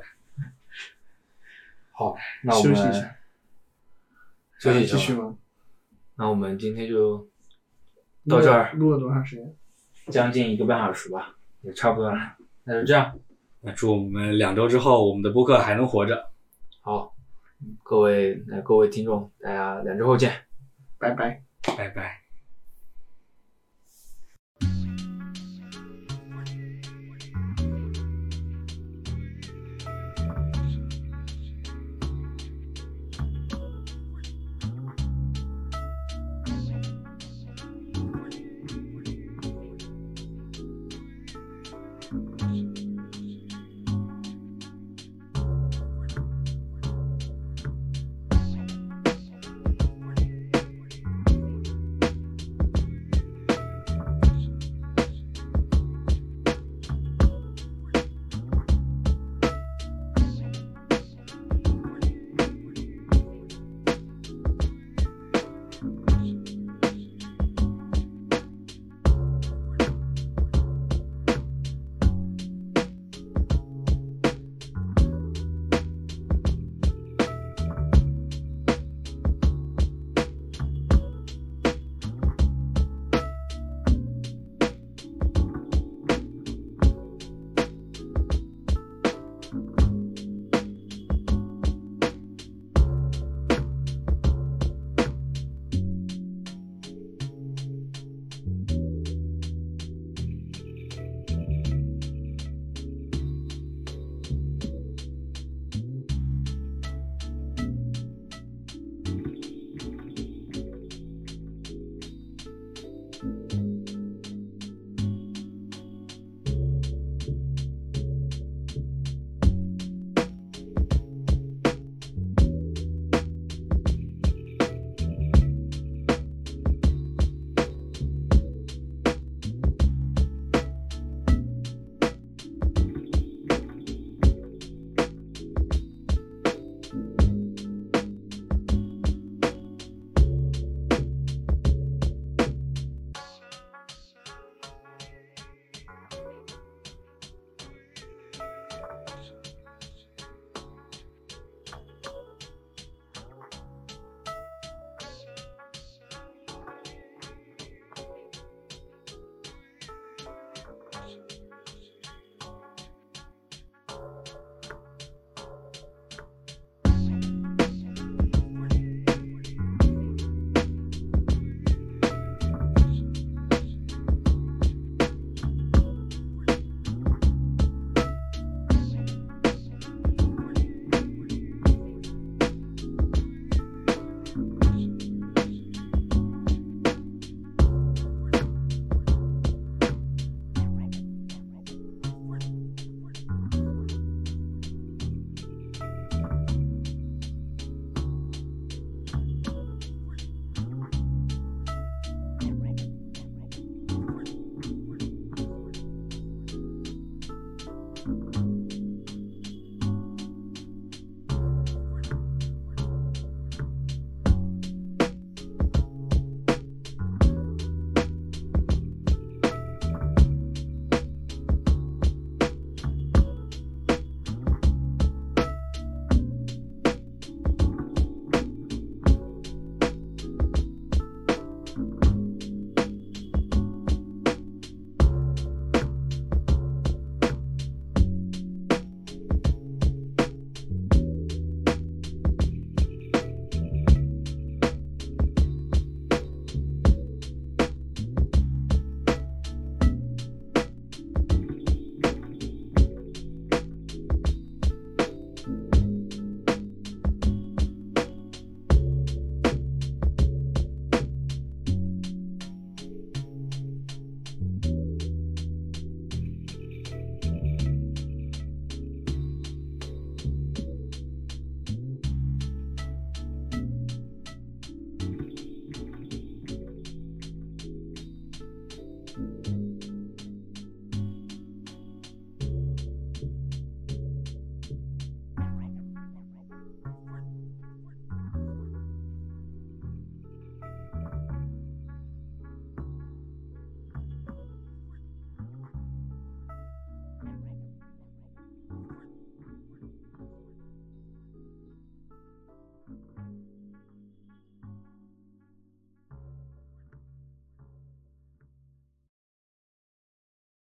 好，那我们休息一下， 休息一下， 继续吗？ 那我们今天就到这儿， 录了多长时间？ 将近一个半小时吧，也差不多了。那就这样， 那祝我们两周之后我们的播客还能活着。 好，各位，那各位听众，大家两周后见， 拜拜， 拜拜。